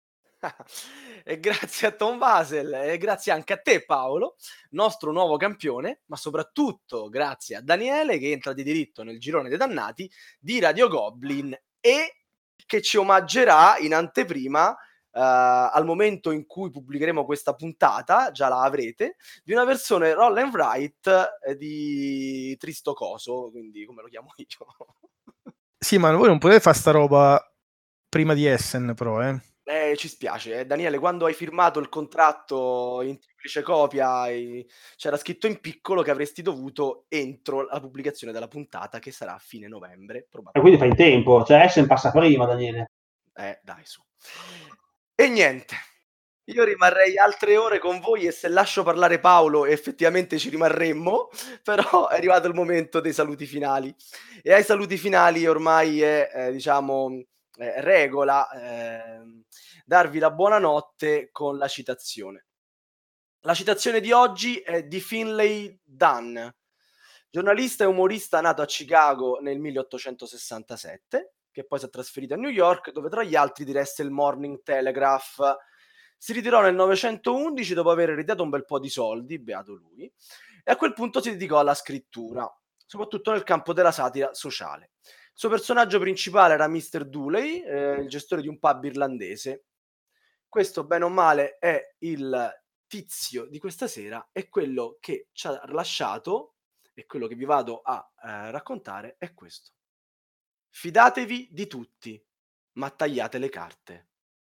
E grazie a Tom Vasel e grazie anche a te Paolo, nostro nuovo campione, ma soprattutto grazie a Daniele che entra di diritto nel girone dei dannati di Radio Goblin e che ci omaggerà in anteprima uh, al momento in cui pubblicheremo questa puntata, già la avrete, di una versione roll and write eh, di Tristo Coso, quindi come lo chiamo io. Sì, ma voi non potete fare sta roba prima di Essen, però, eh? Eh, ci spiace, eh. Daniele, quando hai firmato il contratto in triplice copia hai... c'era scritto in piccolo che avresti dovuto entro la pubblicazione della puntata, che sarà a fine novembre, probabilmente. E quindi fai in tempo, cioè Essen passa prima, Daniele. Eh, dai, su. E niente, io rimarrei altre ore con voi e se lascio parlare Paolo effettivamente ci rimarremmo, però è arrivato il momento dei saluti finali. E ai saluti finali ormai è, eh, diciamo... Eh, regola eh, darvi la buonanotte con la citazione. La citazione di oggi è di Finlay Dunn, giornalista e umorista nato a Chicago nel milleottocentosessantasette, che poi si è trasferito a New York, dove tra gli altri diresse il Morning Telegraph. Si ritirò nel novecentoundici dopo aver ereditato un bel po' di soldi, beato lui, e a quel punto si dedicò alla scrittura, soprattutto nel campo della satira sociale. Il suo personaggio principale era mister Dooley, eh, il gestore di un pub irlandese. Questo, bene o male, è il tizio di questa sera e quello che ci ha lasciato, e quello che vi vado a eh, raccontare è questo. Fidatevi di tutti, ma tagliate le carte.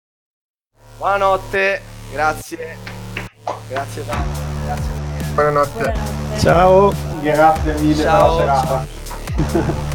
Buonanotte, grazie. Grazie tanto. Grazie. Buonanotte. Buonanotte. Ciao. Grazie mille per la serata. Ciao.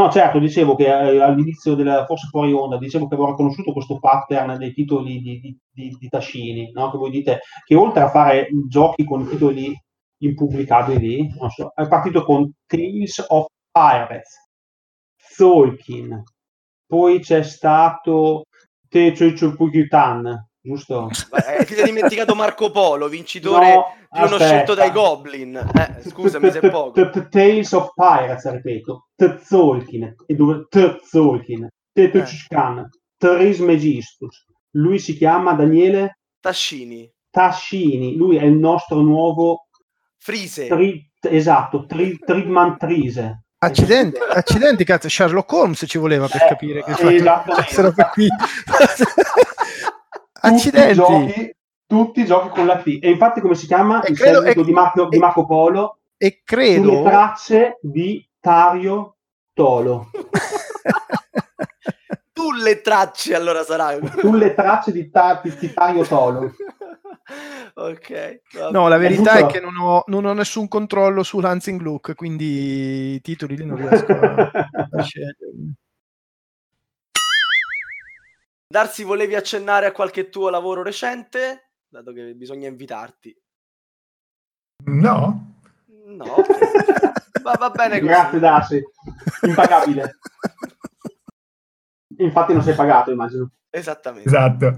No, certo, dicevo che eh, all'inizio della, forse fuori onda, dicevo che avevo riconosciuto questo pattern dei titoli di, di, di, di Tascini, no? Che voi dite che oltre a fare giochi con titoli impubblicabili, non so, è partito con Tales of Pirates, Tolkien, poi c'è stato Teotihuacan, giusto? Eh, ti sei dimenticato Marco Polo, vincitore No, di uno aspetta. scelto dai Goblin. Eh, scusami se è poco. Tales of Pirates, ripeto, Tzolk'in, e dove Tzolk'in, Teotihuacan, Trismegistus. Lui si chiama Daniele Tascini. Tascini, lui è il nostro nuovo Frise. tri, esatto, tri, Tridmantrise. Accidenti, accidenti, cazzo, Sherlock Holmes ci voleva per Eh, capire che esattamente. questa roba qui. Tutti i Accidenti. giochi, tutti i giochi con la T. E infatti come si chiama E il credo- seguito e- di, Marco, di e- Marco Polo? E Sulle credo tracce di Tario Tolo. Tu le tracce allora sarà. Sulle tracce di, ta- di Tario Tolo. Ok. vabbè. No, la verità è giusto? che non ho, non ho nessun controllo su Hansing Look, quindi i titoli lì non riesco a, a scegliere. Darsi, volevi accennare a qualche tuo lavoro recente? Dato che bisogna invitarti. No? No, ok. va, va bene così. Grazie Darsi, impagabile. Infatti non sei pagato, immagino. Esattamente. Esatto.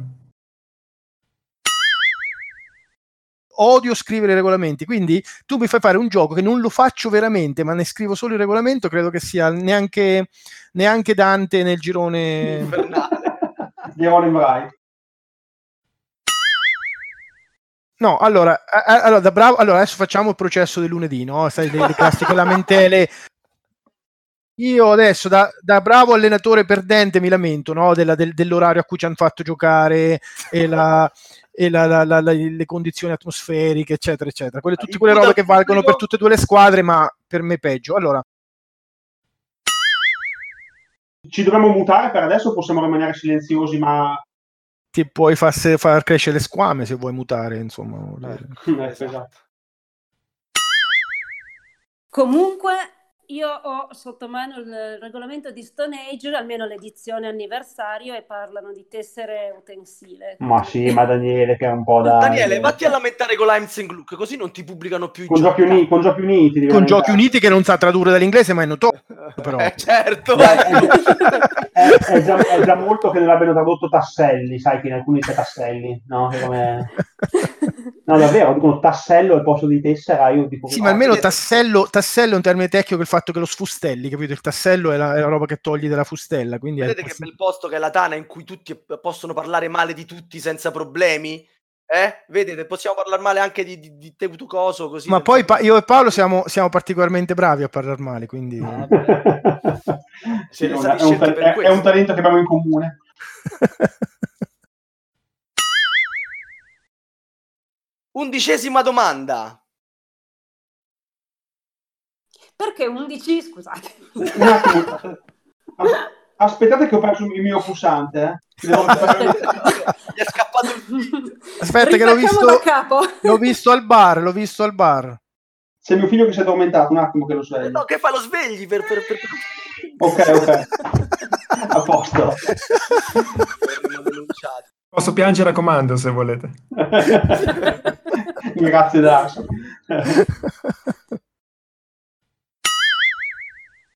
Odio scrivere i regolamenti, quindi tu mi fai fare un gioco che non lo faccio veramente, ma ne scrivo solo il regolamento, credo che sia neanche, neanche Dante nel girone. Infernale. Di Roland Wright. No, allora, a- a- allora, da bravo, allora adesso facciamo il processo del lunedì, no? Sai, le, le classiche lamentele. Io adesso da, da bravo allenatore perdente mi lamento, no? Della- del- dell'orario a cui ci hanno fatto giocare e, la, e la- la- la- la- le condizioni atmosferiche, eccetera, eccetera. Quelle, tutte Il quelle punto robe al che valgono pubblico- per tutte e due le squadre, ma per me peggio. Allora, Ci dobbiamo mutare per adesso o possiamo rimanere silenziosi, ma... ti puoi far, se- far crescere le squame se vuoi mutare, insomma. Eh, esatto. Comunque, io ho sotto mano il regolamento di Stone Age, almeno l'edizione anniversario, e parlano di tessere utensile. Ma sì, ma Daniele che è un po' da... Daniele, vatti a lamentare con l'Hansing Look, così non ti pubblicano più i Con giochi, uni- con giochi uniti. devi Con aumentare. Giochi Uniti che non sa tradurre dall'inglese, ma è noto. Però. Eh, certo. Beh, è, è- è già, è già molto che non abbiano tradotto tasselli, sai che in alcuni c'è tasselli, no? Che come... No, davvero, dicono tassello al posto di tessera, io dico... Sì, ma almeno tassello, tassello è un termine tecnico, il fatto che lo sfustelli, capito? Il tassello è la, è la roba che togli dalla fustella, quindi è- Vedete che bel posto che è la Tana, in cui tutti possono parlare male di tutti senza problemi? Eh? Vedete, possiamo parlare male anche di, di, di Teuto Coso, così. ma senza poi pa- problemi. io e Paolo siamo, siamo particolarmente bravi a parlare male, quindi Ah, vabbè. Sì, Siete è, stati un, scelti ta- per è- è questo. un talento che abbiamo in comune. Undicesima domanda. Perché undici, scusate. Un attimo, as- aspettate che ho perso il mio pulsante. Eh. Devo recuperare- Gli è scappato il feed. aspetta che l'ho Ripartiamo visto, da capo. l'ho visto al bar, l'ho visto al bar. C'è mio figlio che si è addormentato, un attimo che lo Eh, sveglio. No, che fa lo svegli per... per, per, per... Ok, ok. A posto. Verremo denunciati. Posso piangere a comando se volete. Grazie Dax.